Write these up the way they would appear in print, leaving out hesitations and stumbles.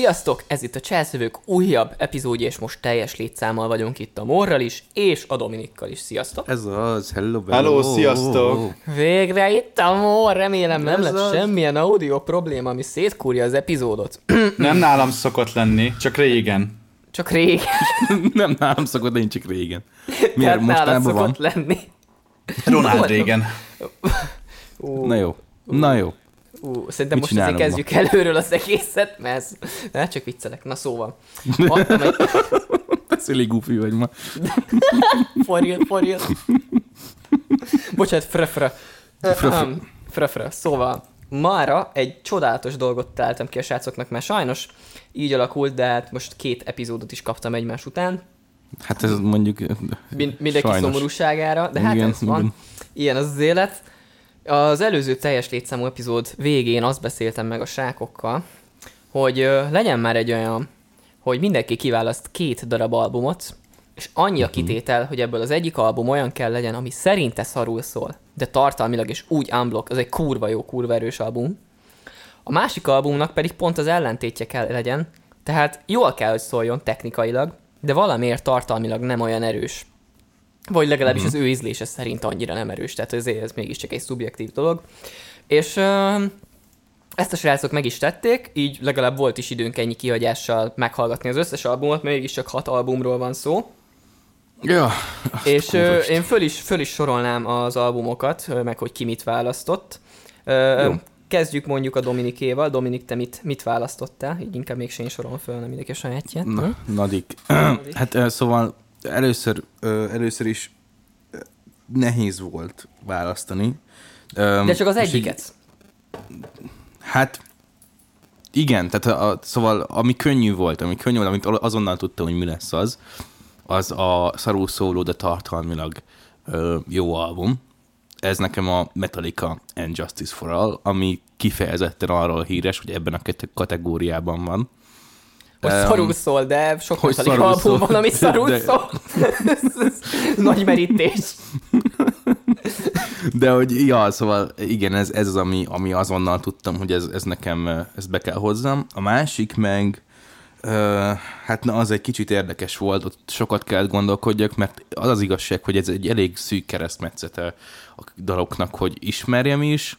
Sziasztok! Ez itt a Cselszövők újabb epizódja, és most teljes létszámmal vagyunk itt a Morral is, és a Dominikkal is. Sziasztok! Ez az, hello, sziasztok! Végre itt a Mor, remélem nem lett semmilyen audio probléma, ami szétkúrja az epizódot. Nem nálam szokott lenni, csak régen. Csak régen. Nem nálam szokott lenni, csak régen. Miért nálam szokott lenni? Ronald régen. Na jó. Szerintem most azért kezdjük előről az egészet, mert ez... csak viccelek. Na szóval. Ez elég goofy vagy ma. For real. Bocsánat, fröfrö. Szóval mára egy csodálatos dolgot találtam ki a srácoknak, mert sajnos így alakult, de hát most 2 epizódot is kaptam egymás után. Hát ez mondjuk mindenki szomorúságára, de hát ez van. Ilyen az élet. Az előző teljes létszámú epizód végén azt beszéltem meg a srákokkal, hogy legyen már egy olyan, hogy mindenki kiválaszt 2 darab albumot, és annyi a kitétel, hogy ebből az egyik album olyan kell legyen, ami szerinte szarul szól, de tartalmilag és úgy unblock, az egy kurva jó, kurva erős album. A másik albumnak pedig pont az ellentétje kell legyen, tehát jól kell, hogy szóljon technikailag, de valamiért tartalmilag nem olyan erős. Vagy legalábbis az ő ízlése szerint annyira nem erős, tehát ez mégiscsak egy szubjektív dolog. És ezt a srácok meg is tették, így legalább volt is időnk ennyi kihagyással meghallgatni az összes albumot, mert mégiscsak 6 albumról van szó. Ja. És én föl is sorolnám az albumokat, meg hogy ki mit választott. Kezdjük mondjuk a Dominikéval. Dominik, te mit választottál? Így inkább még én sorolom föl, nem mindenki a sajátját. Nadik. Hát szóval először is nehéz volt választani. De csak az egyiket. Hát igen, tehát szóval ami könnyű volt, amit azonnal tudtam, hogy mi lesz az a szarul szóló, de tartalmilag jó album. Ez nekem a Metallica and Justice for All, ami kifejezetten arról híres, hogy ebben a kategóriában van. Hogy szarul szól, de sok Metallica album van, ami szarul szól. Ez nagy merítés. De hogy, ja, szóval igen, ez az, ami azonnal tudtam, hogy ez nekem, ezt be kell hozzam. A másik meg, hát na, az egy kicsit érdekes volt, ott sokat kellett gondolkodjak, mert az az igazság, hogy ez egy elég szűk keresztmetszete a daloknak, hogy ismerjem is,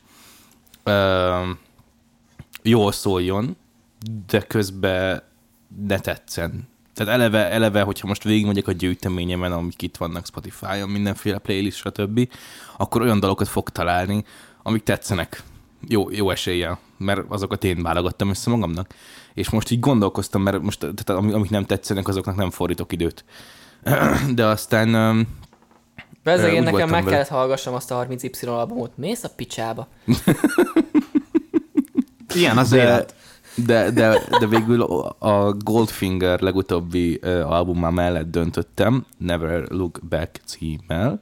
jól szóljon, de közben ne tetszen. Tehát eleve, hogyha most végigmegyek a gyűjteményemen, amik itt vannak Spotify-on, mindenféle playlist, stb., akkor olyan dalokat fog találni, amik tetszenek jó eséllyel, mert azokat én válogattam össze magamnak. És most így gondolkoztam, mert most tehát, amik nem tetszenek, azoknak nem fordítok időt. De aztán... Persze, én nekem meg kellett hallgassam azt a 30Y albumot. Mész a picsába? Ilyen az élet. De végül a Goldfinger legutóbbi albumá mellett döntöttem, Never Look Back címmel.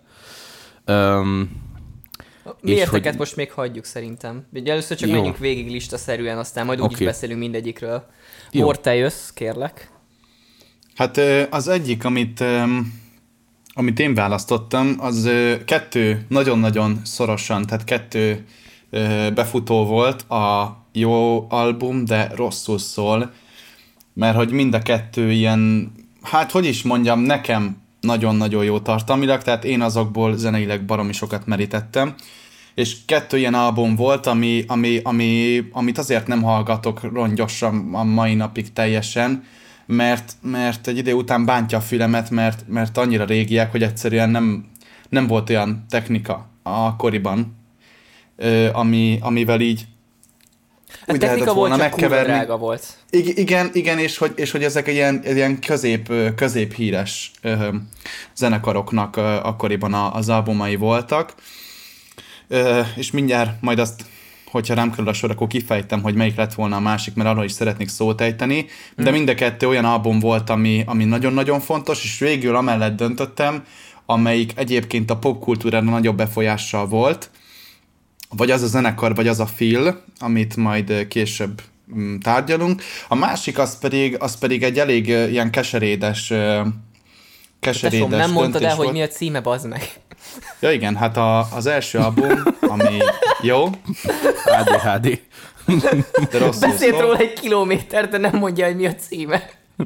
Miérteket most még hagyjuk szerintem. Először csak menjünk végig listaszerűen, aztán majd úgyis beszélünk mindegyikről. Mor, te jössz, kérlek. Hát az egyik, amit én választottam, az 2 nagyon-nagyon szorosan, tehát 2 befutó volt, a jó album, de rosszul szól, mert hogy mind a 2 ilyen, hát hogy is mondjam, nekem nagyon-nagyon jó tartalmilag, tehát én azokból zeneileg baromi sokat merítettem, és 2 ilyen album volt, amit azért nem hallgatok rongyosan a mai napig teljesen, mert egy idő után bántja a fülemet, mert annyira régiek, hogy egyszerűen nem volt olyan technika akkoriban, amivel így a technika volt, csak kurva drága volt. Igen, és hogy ezek ilyen közép híres zenekaroknak akkoriban az albumai voltak. És mindjárt majd azt, hogyha rám kerül a sor, akkor kifejtem, hogy melyik lett volna a másik, mert arról is szeretnék szót ejteni. De mind a 2 olyan album volt, ami nagyon-nagyon fontos, és végül amellett döntöttem, amelyik egyébként a popkultúrára nagyobb befolyással volt, vagy az a zenekar, vagy az a Phil, amit majd később tárgyalunk. A másik az pedig egy elég ilyen keserédes Tesóm, nem mondtad el, hogy mi a címe, bazd meg. Ja igen, hát az első album, ami jó. ADHD. De rosszul beszélt róla egy kilométer, de nem mondja, hogy mi a címe.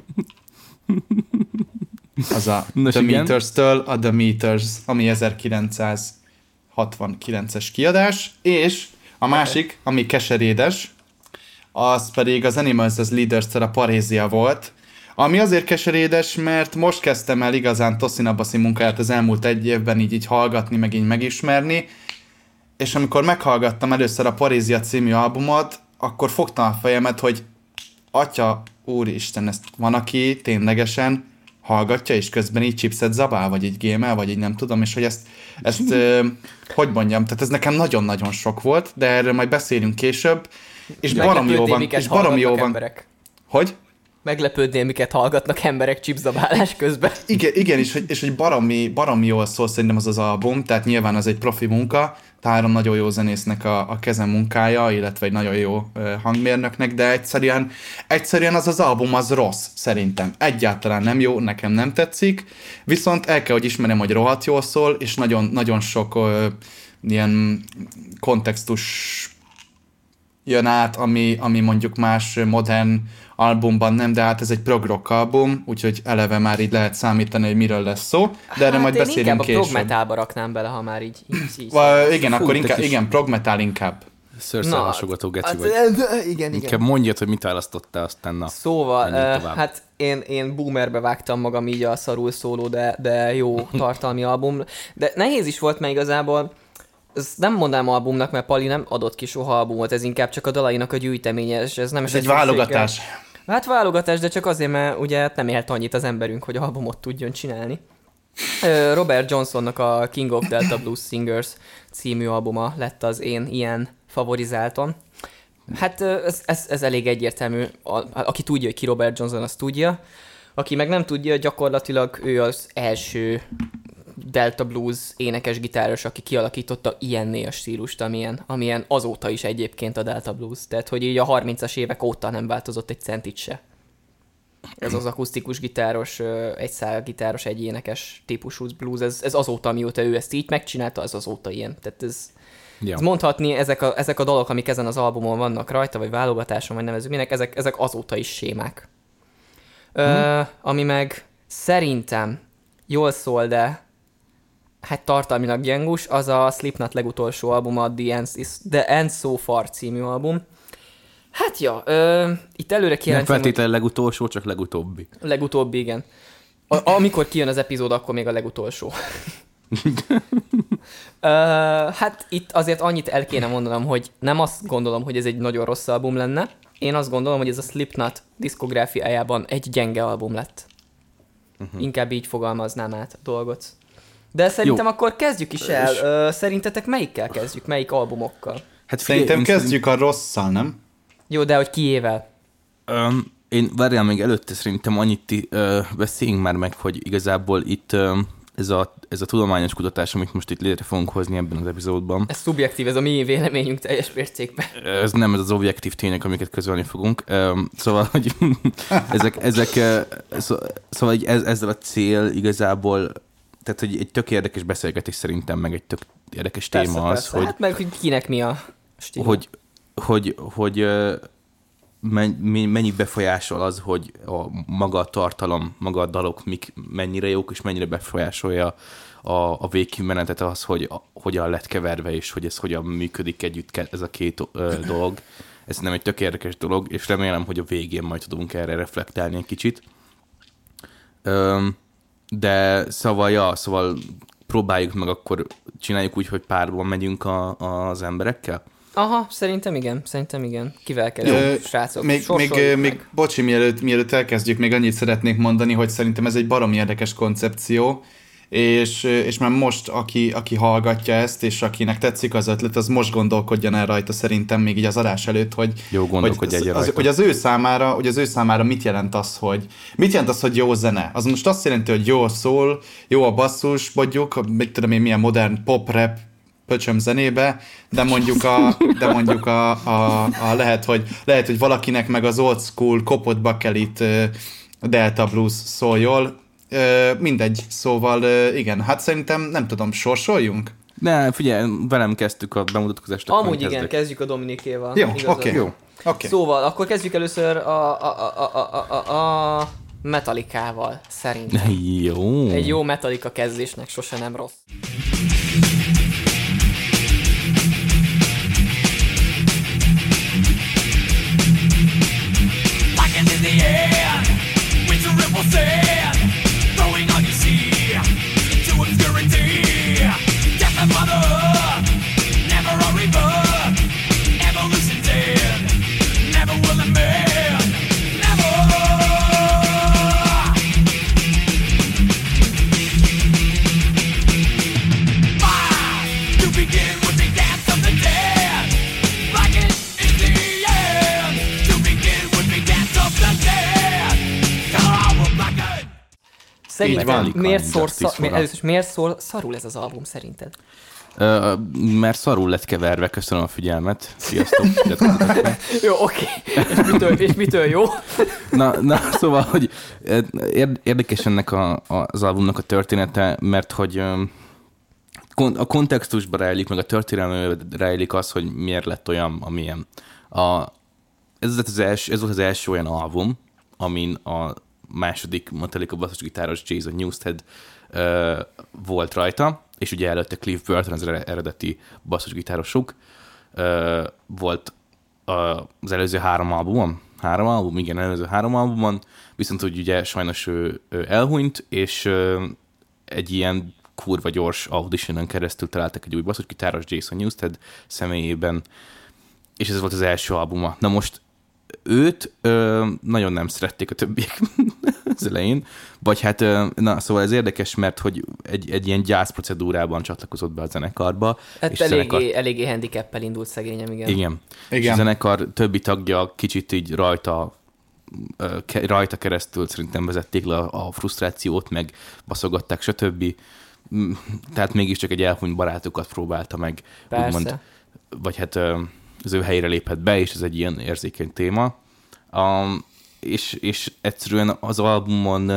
Az a The Meters-től a The Meters, ami 1969-es kiadás, és a másik, ami keserédes, az pedig az Animals as Leaders-től a Parézia volt, ami azért keserédes, mert most kezdtem el igazán Tosin-Abasi munkáját az elmúlt egy évben így hallgatni, meg így megismerni, és amikor meghallgattam először a Parézia című albumot, akkor fogtam a fejemet, hogy atya, úristen, ezt van, aki ténylegesen hallgatja, és közben így chipset zabál, vagy így gémel, vagy így nem tudom, és hogy ezt hogy mondjam, tehát ez nekem nagyon-nagyon sok volt, de erről majd beszélünk később, és baromi jó van. És baromi jó van. Emberek. Hogy? Meglepődnél, miket hallgatnak emberek chipzabálás közben. Igen, és hogy baromi jól szól szerintem az album, tehát nyilván az egy profi munka, 3 nagyon jó zenésznek a kezem munkája, illetve egy nagyon jó hangmérnöknek, de egyszerűen az album az rossz, szerintem. Egyáltalán nem jó, nekem nem tetszik, viszont el kell, hogy ismerem, hogy rohadt jól szól, és nagyon, nagyon sok ilyen kontextus jön át, ami mondjuk más modern albumban nem, de hát ez egy prog rock album, úgyhogy eleve már így lehet számítani, hogy miről lesz szó, de erre majd beszélünk később. Én inkább a prog metalba raknám bele, ha már így igen, akkor inkább prog metal inkább. Szőrszálhasogató geci vagy. Igen. Inkább mondjad, hogy mit választottál, aztán na. Szóval, hát én boomerbe vágtam magam így a szarul szóló, de jó tartalmi album. De nehéz is volt, mert igazából ezt nem mondanám albumnak, mert Pali nem adott ki soha albumot, ez inkább csak a dalainak a gyűjteménye, és ez nem is egy válogatás. Hát válogatás, de csak azért, mert ugye nem élt annyit az emberünk, hogy albumot tudjon csinálni. Robert Johnsonnak a King of Delta Blues Singers című albuma lett az én ilyen favorizáltom. Hát ez elég egyértelmű. Aki tudja, hogy ki Robert Johnson, az tudja. Aki meg nem tudja, gyakorlatilag ő az első Delta Blues énekes-gitáros, aki kialakította ilyenné a stílust, amilyen azóta is egyébként a Delta Blues. Tehát, hogy így a 30-as évek óta nem változott egy centit se. Ez az akusztikus gitáros, egy szálgitáros, egy énekes típusú blues, ez azóta, mióta ő ezt így megcsinálta, ez azóta ilyen. Tehát ez mondhatni, ezek a dalok, amik ezen az albumon vannak rajta, vagy válogatáson, vagy nevezzük minek, ezek azóta is sémák. Ami meg szerintem jól szól, de hát tartalmilag gyengus, az a Slipknot legutolsó albuma, The End So Far című album. Hát ja, itt előre kijelentem... Nem feltétlenül legutolsó, csak legutóbbi. Legutóbbi, igen. Amikor kijön az epizód, akkor még a legutolsó. Hát itt azért annyit el kéne mondanom, hogy nem azt gondolom, hogy ez egy nagyon rossz album lenne. Én azt gondolom, hogy ez a Slipknot diszkográfiájában egy gyenge album lett. Inkább így fogalmaznám át a dolgot. De szerintem akkor kezdjük is el. Szerintetek melyikkel kezdjük? Melyik albumokkal? Hát szerintem kezdjük a rosszal, nem? Jó, de hogy kiével? Én várjál még előtte szerintem annyit beszéljünk már meg, hogy igazából itt ez a tudományos kutatás, amit most itt létre fogunk hozni ebben az epizódban. Ez szubjektív, ez a mi véleményünk teljes mértékben. Ez nem az objektív tények, amiket közölni fogunk. Szóval, hogy szóval ezzel a cél igazából, tehát hogy egy tök érdekes beszélgetés szerintem, meg egy tök érdekes téma az, hogy... Hát meg hogy kinek mi a stílus. Hogy mennyi befolyásol az, hogy maga a tartalom, maga a dalok mennyire jók, és mennyire befolyásolja a végkimenetet az, hogy hogyan lett keverve, és hogy ez hogyan működik együtt ez a két dolog. Ez nem egy tök érdekes dolog, és remélem, hogy a végén majd tudunk erre reflektálni egy kicsit. De szóval próbáljuk meg, akkor csináljuk úgy, hogy párban megyünk az emberekkel. Aha, szerintem igen. Kivel kezdjük, srácok? Még bocsi, mielőtt elkezdjük, még annyit szeretnék mondani, hogy szerintem ez egy baromi érdekes koncepció, és már most, aki hallgatja ezt, és akinek tetszik az ötlet, az most gondolkodjon el rajta szerintem még így az adás előtt, hogy az ő számára mit jelent az, hogy jó zene. Az most azt jelenti, hogy jó szól, jó a basszus, mondjuk, mit tudom én, milyen modern pop-rap pöcsöm zenébe, de mondjuk lehet, hogy valakinek meg az old school kopott bakelit Delta Blues szól jól. Mindegy, szóval igen, hát szerintem nem tudom, sorsoljunk? Ne, figyelj, velem kezdtük a bemutatkozást. Amúgy igen, kezdjük a Dominikéval. Jó, oké. Szóval, akkor kezdjük először a Metallicával, szerintem. Jó. Egy jó Metallica kezdésnek sose nem rossz. Szerinted miért szól szarul ez az album szerinted? Mert szarul lett keverve, köszönöm a figyelmet. Sziasztok! Jó, oké. És mitől jó? Na, szóval, hogy érdekes ennek az albumnak a története, mert hogy a kontextusban rejlik, meg a történelmében rejlik az, hogy miért lett olyan, amilyen. Ez volt az első olyan album, amin a második Metallica basszusgitáros Jason Newsted volt rajta, és ugye előtte Cliff Burton, az eredeti basszusgitárosuk, volt az előző három albumon, előző három albumon, viszont úgy ugye sajnos ő elhunyt, és egy ilyen kurva gyors auditionon keresztül találtak egy új basszusgitáros Jason Newsted személyében, és ez volt az első albuma. Na most őt nagyon nem szerették a többiek az elején, vagy hát, na szóval ez érdekes, mert hogy egy ilyen gyász procedúrában csatlakozott be a zenekarba. Hát és eléggé handicappel indult szegényem, igen. Igen. És a zenekar többi tagja kicsit így rajta keresztül szerintem vezették le a frusztrációt, meg baszogatták, stb. Tehát mégiscsak egy elhunyt barátokat próbálta meg, úgymond, vagy hát az ő helyére léphet be, és ez egy ilyen érzékeny téma. És egyszerűen az albumon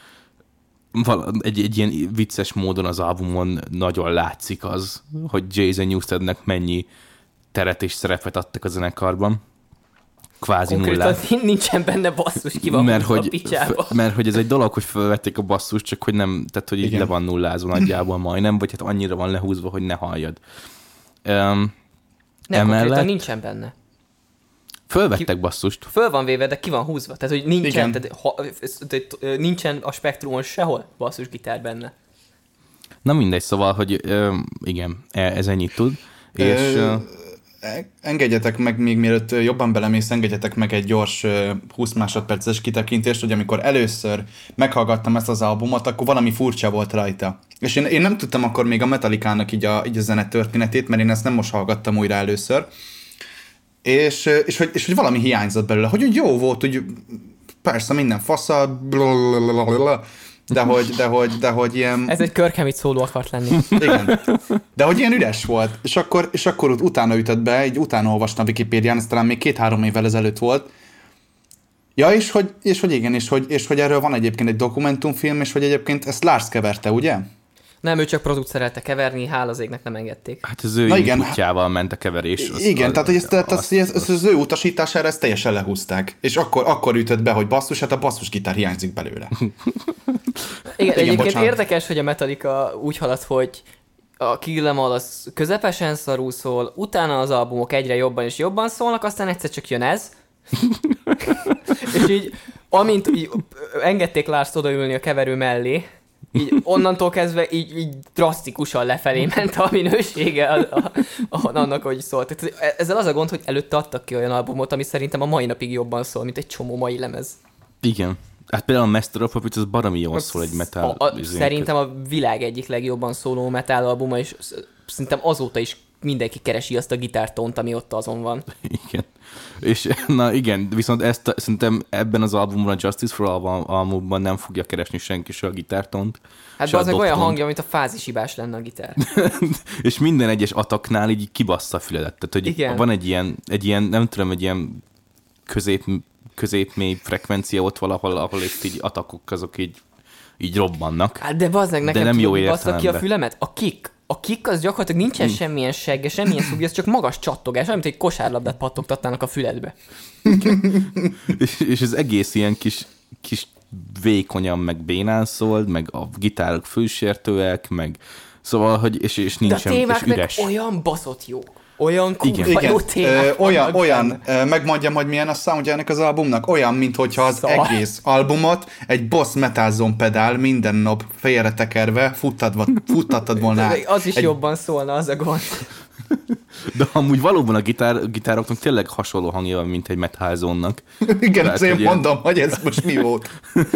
egy ilyen vicces módon az albumon nagyon látszik az, hogy Jason Newstednek mennyi teret és szerepet adtak a zenekarban. Kvázi nullát. Konkrétan nincsen benne basszus, ki van a picsába. Mert hogy ez egy dolog, hogy felvették a basszus, csak hogy nem, tehát hogy így le van nullázva nagyjából majdnem, vagy hát annyira van lehúzva, hogy ne halljad. Konkrétan nincsen benne. Fölvettek basszust. Föl van véve, de ki van húzva. Tehát, hogy nincsen, nincsen a spektrumon sehol basszusgitár benne. Na mindegy, szóval, hogy igen, ez ennyit tud. És engedjetek meg, még mielőtt jobban belemész, engedjetek meg egy gyors 20 másodperces kitekintést, hogy amikor először meghallgattam ezt az albumot, akkor valami furcsa volt rajta. És én nem tudtam akkor még a Metallicának így a zene történetét, mert én ezt nem most hallgattam újra először. És hogy valami hiányzott belőle, hogy jó volt, hogy persze minden fasza, de hogy ilyen... Ez egy Kirkham szóló akart lenni. Igen. De hogy ilyen üres volt. És akkor utána ütött be, így utána olvastam a Wikipédián, ez talán még 2-3 évvel ezelőtt volt. Ja, és hogy erről van egyébként egy dokumentumfilm, és hogy egyébként ezt Lars keverte, ugye? Nem, ő csak producerelte keverni, hála az égnek nem engedték. Hát az ő kutyával ment a keverés. Igen, tehát hogy az ő utasítására ezt teljesen lehúzták. És akkor ütött be, hogy basszus, hát a basszusgitár hiányzik belőle. Igen, egyébként bocsánat. Érdekes, hogy a Metallica úgy halad, hogy a Kill 'Em All az közepesen szarul szól, utána az albumok egyre jobban és jobban szólnak, aztán egyszer csak jön ez. És így, amint így engedték Lars odaülni a keverő mellé, így onnantól kezdve így drasztikusan lefelé ment a minősége annak, hogy szólt. Tehát ezzel az a gond, hogy előtte adtak ki olyan albumot, ami szerintem a mai napig jobban szól, mint egy csomó mai lemez. Igen. Hát például a Master of Puppets az baromi jól szól egy metal. Szerintem a világ egyik legjobban szóló metal albuma, és szerintem azóta is mindenki keresi azt a gitártónt, ami ott azon van. Igen. És na igen, viszont szerintem ebben az albumban, a Justice for All albumban nem fogja keresni senki se a gitártont. Hát az meg olyan hangja, mint a fázishibás lenne a gitár. És minden egyes ataknál így kibassza a füledet. Tehát, hogy igen. Van egy ilyen, nem tudom, egy ilyen középmély frekvencia ott valahol, ahol itt így atakok azok így robbannak. Hát de bazdmeg, nekem nem jó bassza ki a fülemet? A kick. a kick az gyakorlatilag nincsen semmilyen segge, semmilyen szubja, ez csak magas csattogás, olyan, mint egy kosárlabdát pattogtatnának a füledbe. és ez egész ilyen kis vékonyan, meg bénán szól, meg a gitárok fősértőek, meg szóval, hogy és nincsen, de a és üres. Olyan baszott jó. Olyan kurva jó témák. Olyan megmondjam, hogy milyen a soundja ennek az albumnak. Olyan, minthogyha az egész albumot egy Boss Metal Zone pedál minden nap félretekerve futtattad volna át. Az is jobban szólna, az a gond. De amúgy valóban a gitároknak tényleg hasonló hangja van, mint egy Metal Zone-nak. Igen, azért mondom, hogy ez most mi volt.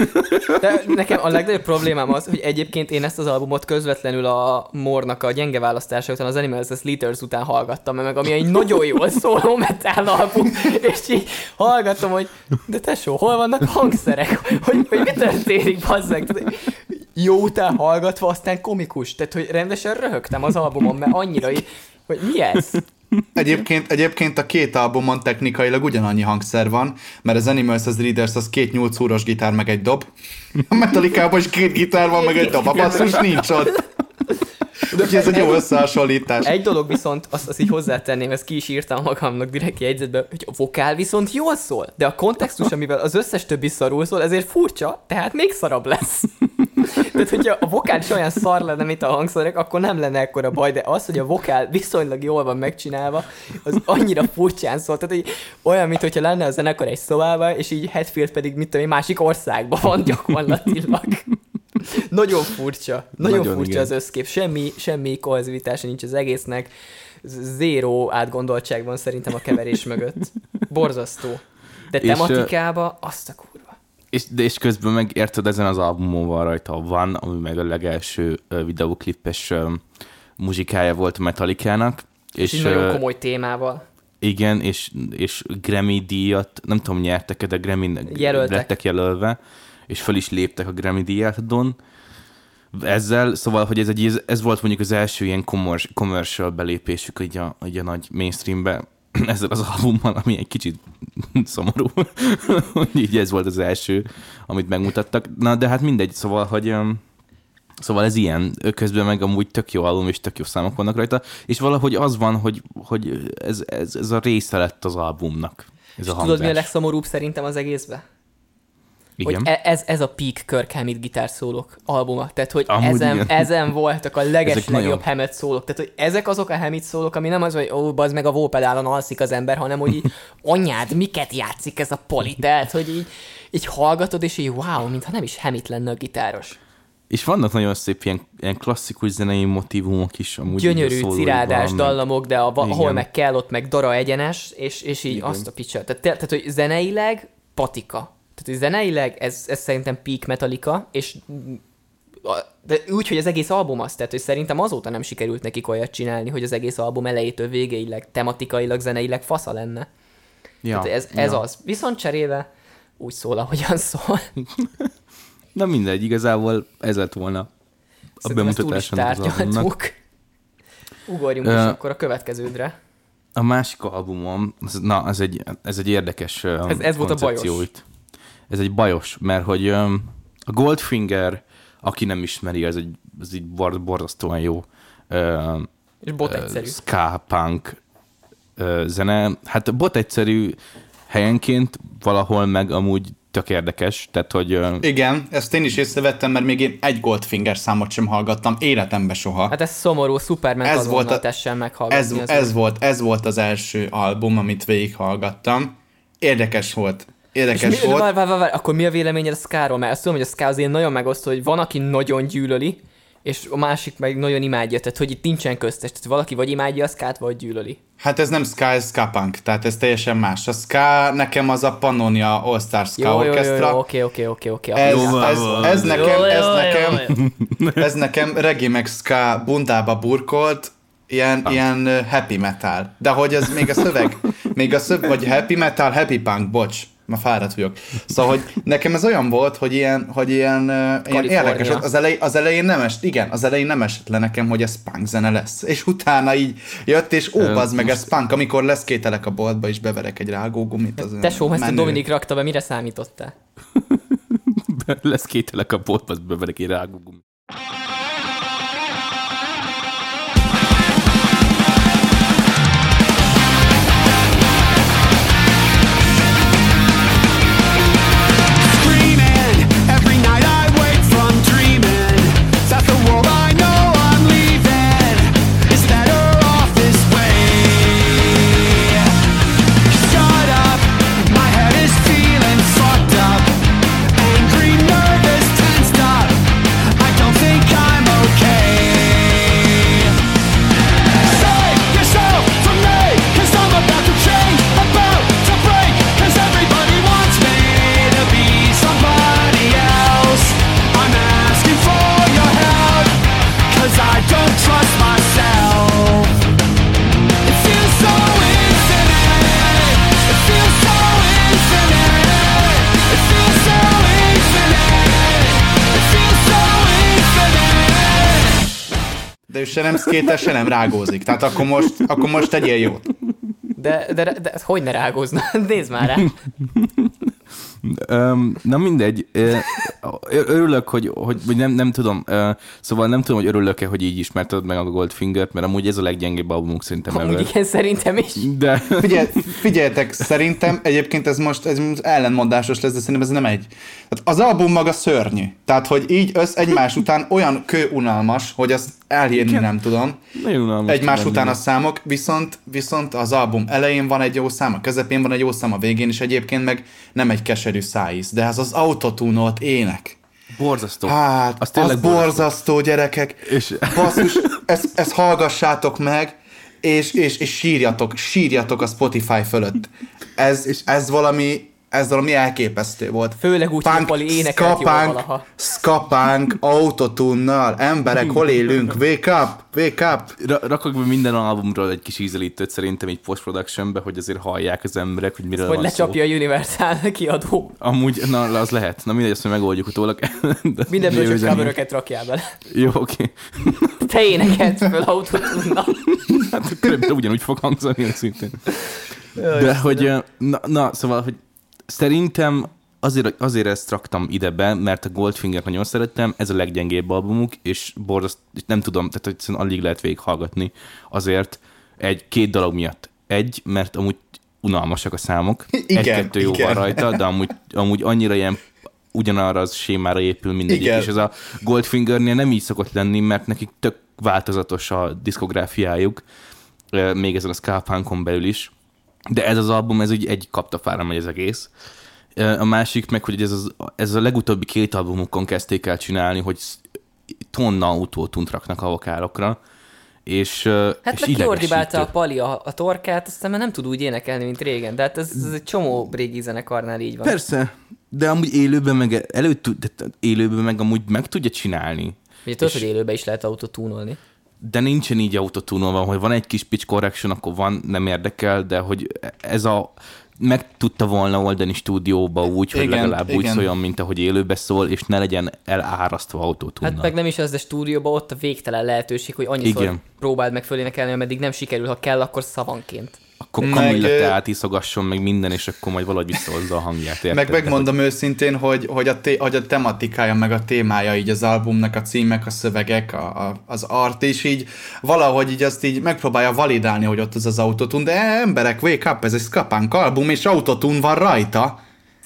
De nekem a legnagyobb problémám az, hogy egyébként én ezt az albumot közvetlenül a More-nak a gyenge választása után, az Animals as Leaders után hallgattam meg, ami egy nagyon jól szóló metal album, és így hallgatom, hogy de tesó, hol vannak a hangszerek? Hogy mi történik, bazzeg? Jó után hallgatva, aztán komikus. Tehát, hogy rendesen röhögtem az albumon, mert annyira így, hogy mi ez? Egyébként a két albumon technikailag ugyanannyi hangszer van, mert az Animals as Leaders az 2 8 húros gitár meg egy dob. A Metallicában is 2 gitár van meg egy dob, a basszus nincs ott. Úgyhogy ez egy jó összehasonlítás. Egy dolog viszont, azt így hozzátenném, ezt ki is írtam magamnak direkt jegyzetbe, hogy a vokál viszont jól szól, de a kontextus, amivel az összes többi szarul szól, ezért furcsa, tehát még szarabb lesz. Tehát, hogyha a vokál is olyan szar lenne, mint a hangszerek, akkor nem lenne ekkora baj, de az, hogy a vokál viszonylag jól van megcsinálva, az annyira furcsán szól. Tehát, hogy olyan, mintha lenne a zenekar egy szobában, és így Hetfield pedig, mit tudom, egy másik országban van gyakorlatilag. Nagyon furcsa. Nagyon furcsa igen. Az összkép. Semmi kohezivitása nincs az egésznek. Zéró átgondoltság van szerintem a keverés mögött. Borzasztó. De tematikába azt a kurva. És közben meg érted, ezen az albumon van rajta van, ami meg a legelső videóklipes muzsikája volt a Metallicának. És nagyon komoly témával. Igen, és Grammy díjat, nem tudom nyertek-e, de Grammy-nek lettek jelölve, és fel is léptek a Grammy díjátodon. Ezzel, szóval, hogy ez volt mondjuk az első ilyen commercial belépésük így a nagy mainstreambe, ezzel az albummal, ami egy kicsit szomorú. Így ez volt az első, amit megmutattak. Na, de hát mindegy, szóval ez ilyen. Közben meg amúgy tök jó album, és tök jó számok vannak rajta, és valahogy az van, hogy ez a része lett az albumnak. Ez a tudod, mi a legszomorúbb szerintem az egészben? Igen. Hogy ez a peak Kirk Hammett gitárszólók albuma. Tehát, hogy ezen voltak a legjobb Hammett szólók. Tehát, hogy ezek azok a Hammett szólók, ami nem az, hogy bazd meg a volpedálon alszik az ember, hanem, hogy így, anyád, miket játszik ez a poli? Tehát, hogy így hallgatod, és így wow, mintha nem is Hammett lenne a gitáros. És vannak nagyon szép ilyen klasszikus zenei motívumok is. Amúgy gyönyörű cirádás dallamok, de ahol meg kell, ott meg dara egyenes, és így igen. Azt a picsa. Tehát, hogy zeneileg patika. Tehát, hogy zeneileg ez szerintem peak Metallica, és de úgy, hogy az egész album az, tehát, hogy szerintem azóta nem sikerült nekik olyat csinálni, hogy az egész album elejétől végéig tematikailag, zeneileg fasza lenne. Ja, tehát ez az. Viszont cserébe úgy szól, ahogyan szól. Na mindegy, igazából ez lett volna a bemutatáson az albumnak. Ugorjunk is akkor a következődre. A másik albumom, ez egy érdekes ez volt a bajos. Ez egy bajos, mert hogy a Goldfinger, aki nem ismeri, ez egy borzasztóan jó és botegyszerű ska punk zene. Hát botegyszerű helyenként, valahol meg amúgy tök érdekes, tehát hogy... Igen, ezt én is észrevettem, mert még én egy Goldfinger számot sem hallgattam életemben soha. Hát ez szomorú, Superman azonnal tessen meghallgatni. Ez volt az első album, amit végighallgattam. Érdekes volt. Várj, akkor mi a véleményed a ska-ról? Mert azt tudom, hogy a ska azért nagyon megosztó, hogy van, aki nagyon gyűlöli, és a másik meg nagyon imádja, tehát hogy itt nincsen köztes, tehát valaki vagy imádja a skát, vagy gyűlöli. Hát ez nem ska, ez ska punk, tehát ez teljesen más. A ska nekem az a Pannonia All Star Ska Orchestra. Oké. Ez nekem reggae meg ska bundába burkolt, ilyen happy metal. De hogy ez még a szöveg, vagy happy metal, happy punk, bocs. Ma fáradt vagyok. Szóval, hogy nekem ez olyan volt, hogy ilyen érdekes. Az elején nem esett le nekem, hogy ez punk zene lesz. És utána így jött, és bazd meg, ez punk, amikor leszkételek a boltba, és beverek egy rágógumit. Tesó, ezt a Dominik rakta be, mire számítottál? Leszkételek a boltba, beverek egy rágógumit. se nem szkétel, se nem rágózik. Tehát akkor most tegyél jót. De hogy ne rágózna? Nézd már rá. Na mindegy. Örülök, hogy nem tudom. Szóval nem tudom, hogy örülök-e, hogy így ismerted meg a Goldfingert, mert amúgy ez a leggyengébb albumunk szerintem. Amúgy igen, szerintem is. De... Figyeljetek, szerintem egyébként ez most ellenmondásos lesz, de szerintem ez nem egy. Tehát az album maga szörnyű. Tehát, hogy így egymás után olyan kőunalmas, hogy azt elhírni nem tudom. Egymás után a számok, viszont az album elején van egy jó szám, a közepén van egy jó szám, a végén is egyébként meg nem egy keserű szájíz, de ez az autotúnolt ének. Borzasztó. Hát, az borzasztó, gyerekek. És... Basszus, ezt hallgassátok meg, és sírjatok a Spotify fölött. Ez valami elképesztő volt. Főleg úgy, hogy Pali énekelt jól valaha. Skapánk, autotunnal, emberek, hol élünk, wake up. Rakok be minden albumról egy kis ízelítőt szerintem így post-productionbe, hogy azért hallják az emberek, hogy miről hogy van lecsapja szó. A Universal kiadó. Amúgy, na az lehet. Na mindegy, azt megoldjuk utólag. Mindenből csak coveröket rakjál bele. Jó, oké. Te énekelt föl autotunnal. Hát körülbelül ugyanúgy fog hangzani szintén. De hogy, szóval, hogy szerintem azért ezt raktam ide be, mert a Goldfingert nagyon szerettem, ez a leggyengébb albumuk, és nem tudom, tehát hogy alig lehet végighallgatni azért két dolog miatt. Mert amúgy unalmasak a számok, egy-kettő jó van rajta, de amúgy annyira ilyen ugyanarra az sémára épül mindegyik, és ez a Goldfingernél nem így szokott lenni, mert nekik tök változatos a diszkográfiájuk, még ezen a ska punkon belül is. De ez az album, ez úgy egy kaptafára megy az egész. A másik meg, hogy ez a legutóbbi 2 albumukon kezdték el csinálni, hogy tonna autótunt raknak a vokálokra. Hát meg kiordibálta a Pali a torkát, aztán már nem tud úgy énekelni, mint régen. De hát ez egy csomó régi zenekarnál így van. Persze, de amúgy élőben meg amúgy meg tudja csinálni. Ugye tudod, hogy élőben is lehet autotúnolni. De nincsen így autotúnolva, hogy van egy kis pitch correction, akkor van, nem érdekel, de hogy meg tudta volna oldani stúdióba úgy, hogy legalább úgy szóljon, mint ahogy élőbe szól, és ne legyen elárasztva autótúnnal. Hát meg nem is az, de stúdióban ott a végtelen lehetőség, hogy annyiszor próbáld meg fölénekelni, ameddig nem sikerül, ha kell, akkor szavanként. Akkor Kamilla teát iszogasson meg minden, és akkor majd valahogy visszahozza a hangját. Meg megmondom őszintén, hogy a tematikája, meg a témája így az albumnak, a címek, a szövegek, az art is így valahogy így azt így megpróbálja validálni, hogy ott az autotune, de emberek, wake up, ez egy ska punk album, és autotune van rajta.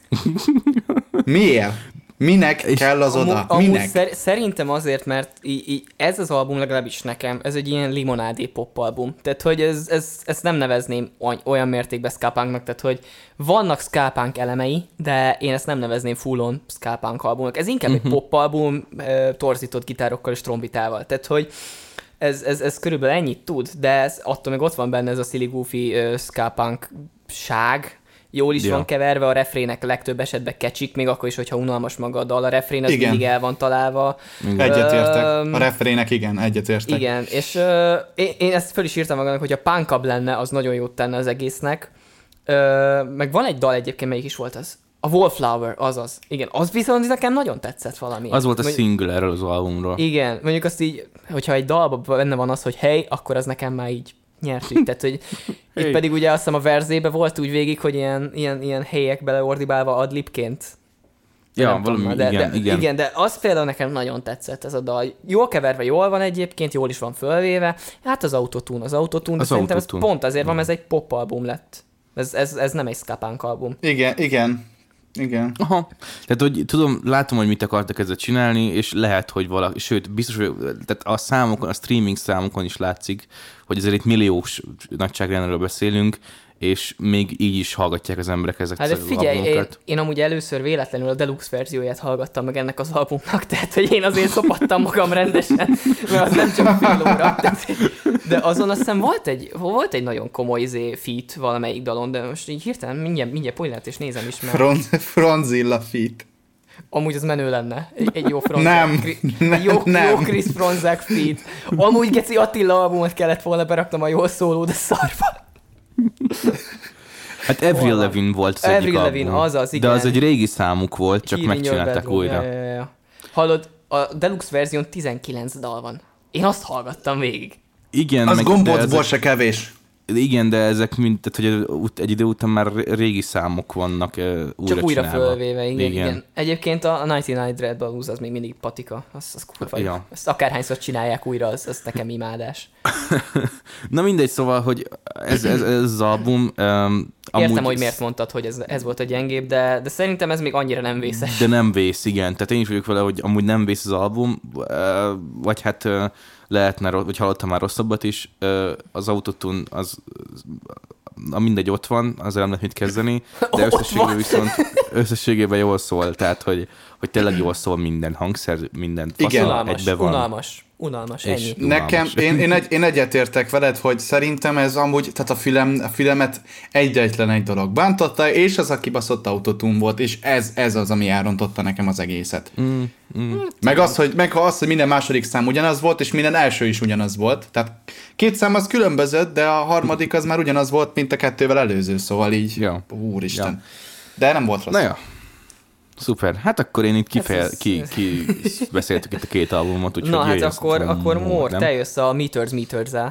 Miért? Minek kell az oda? Minek? Szerintem azért, mert ez az album legalábbis nekem, ez egy ilyen limonádé pop album. Tehát, hogy ezt nem nevezném olyan mértékben ska punknak, tehát, hogy vannak ska punk elemei, de én ezt nem nevezném full-on ska punk albumnak. Ez inkább egy pop album torzított gitárokkal és trombitával. Tehát, hogy ez körülbelül ennyit tud, de attól még ott van benne ez a silly goofy ska punk-ság, jól is van keverve, a refrének legtöbb esetben kecsik, még akkor is, hogyha unalmas maga a dal, a refrén az mindig el van találva. Egyetértek. A refrének egyetértek. Igen, és én ezt föl is írtam magának, hogy a punkabb lenne, az nagyon jót tenne az egésznek. Meg van egy dal egyébként, melyik is volt az? A Wallflower, azaz. Igen, az viszont nekem nagyon tetszett valami. Az volt a single erről az albumról. Igen, mondjuk azt így, hogyha egy dalban benne van az, hogy hey, akkor az nekem már így nyertük. Tehát, hogy itt pedig ugye azt hiszem a verzébe volt úgy végig, hogy ilyen helyek beleordibálva adlibként. Ja, valami, igen. De az például nekem nagyon tetszett ez a dal. Jól keverve, jól van egyébként, jól is van fölvéve. Hát az autotune, de szerintem ez pont azért van, ez egy pop album lett. Ez nem egy ska punk album. Igen. Aha. Tehát, hogy tudom, látom, hogy mit akartak ezzel csinálni, és lehet, hogy valaki, sőt, biztos, hogy tehát a számokon, a streaming számokon is látszik, hogy azért itt milliós nagyságrendről beszélünk, és még így is hallgatják az emberek ezeket az albumokat. Én amúgy először véletlenül a deluxe verzióját hallgattam meg ennek az albumnak, tehát hogy én azért szopattam magam rendesen, mert az nem csak fél óra. De azon azt hiszem volt egy nagyon komoly feat valamelyik dalon, de most így hirtelen mindjárt pollát és nézem is, mert... Franzilla feat. Amúgy az menő lenne. Egy jó Franzák. Nem. Jó Chris Franzák feat. Amúgy Geci Attila albumot kellett volna beraknom a jól szóló, de szarva. Hát Avril Lavigne volt az egyik album. Lavigne, azaz, igen. De az egy régi számuk volt, csak megcsinálták újra. Ja. Hallod, a deluxe verzión 19 dal van. Én azt hallgattam végig. Igen, az gombócból se kevés. Igen, de ezek mind, tehát, hogy egy idő után már régi számok vannak újra csak újra csinálva. fölvéve, igen. Egyébként a 99 Dread Blues az még mindig patika. Az kurva. Ja. Ezt akárhányszor csinálják újra, az nekem imádás. Na mindegy, szóval, hogy ez az album... Értem, hogy miért mondtad, hogy ez volt a gyengébb, de szerintem ez még annyira nem vészes. De nem vész, igen. Tehát én is vagyok vele, hogy amúgy nem vész az album, vagy hát lehetne, vagy hallottam már rosszabbat is. Az Autotune az mindegy ott van, azzal nem lehet mit kezdeni, de összességében viszont összességében jól szól, tehát hogy tényleg jól szól minden hangszer, minden faszal egybe van. Unalmas, ennyi. Nekem, én egyetértek veled, hogy szerintem ez amúgy, tehát a filmet egyetlen egy dolog bántotta, és az a kibaszott Autotune volt, és ez az, ami elrontotta nekem az egészet. Meg az, hogy minden második szám ugyanaz volt, és minden első is ugyanaz volt. Tehát 2 szám az különbözött, de a harmadik az már ugyanaz volt, mint a 2-vel előző, szóval így, úristen. Ja. De nem volt rossz. Na ja. Szuper. Hát akkor én itt beszéltük itt a 2 albumot, úgyhogy na hát akkor Mór, te jössz a Meters-el.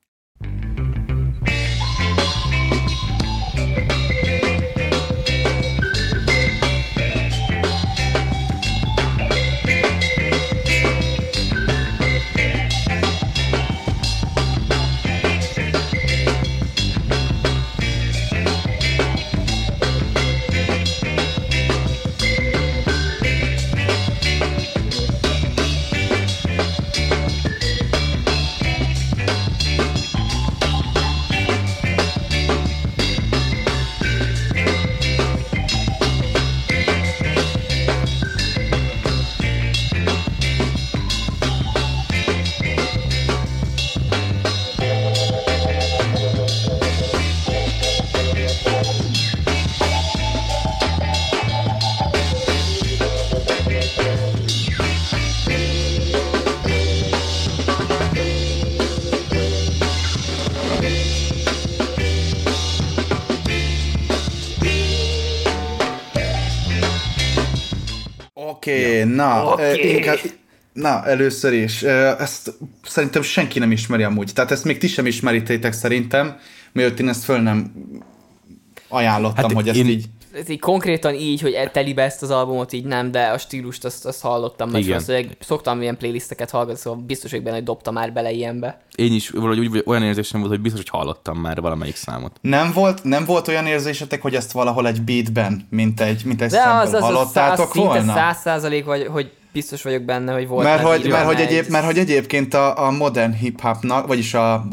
Na, először is. Ezt szerintem senki nem ismeri amúgy. Tehát ezt még ti sem ismeritétek szerintem, mielőtt én ezt föl nem ajánlottam, hát hogy ezt így... Ez így konkrétan így, hogy telibe ezt az albumot így nem, de a stílust azt hallottam, mert szoktam ilyen playlisteket hallgatni, szóval biztos, hogy benne, hogy dobtam már bele ilyenbe. Én is valahogy olyan érzésem volt, hogy biztos, hogy hallottam már valamelyik számot. Nem volt olyan érzésetek, hogy ezt valahol egy beatben, mint egy sample hallottátok volna? 100% vagy, hogy biztos vagyok benne, hogy volt. Mert hogy egyébként a modern hip-hopnak, vagyis a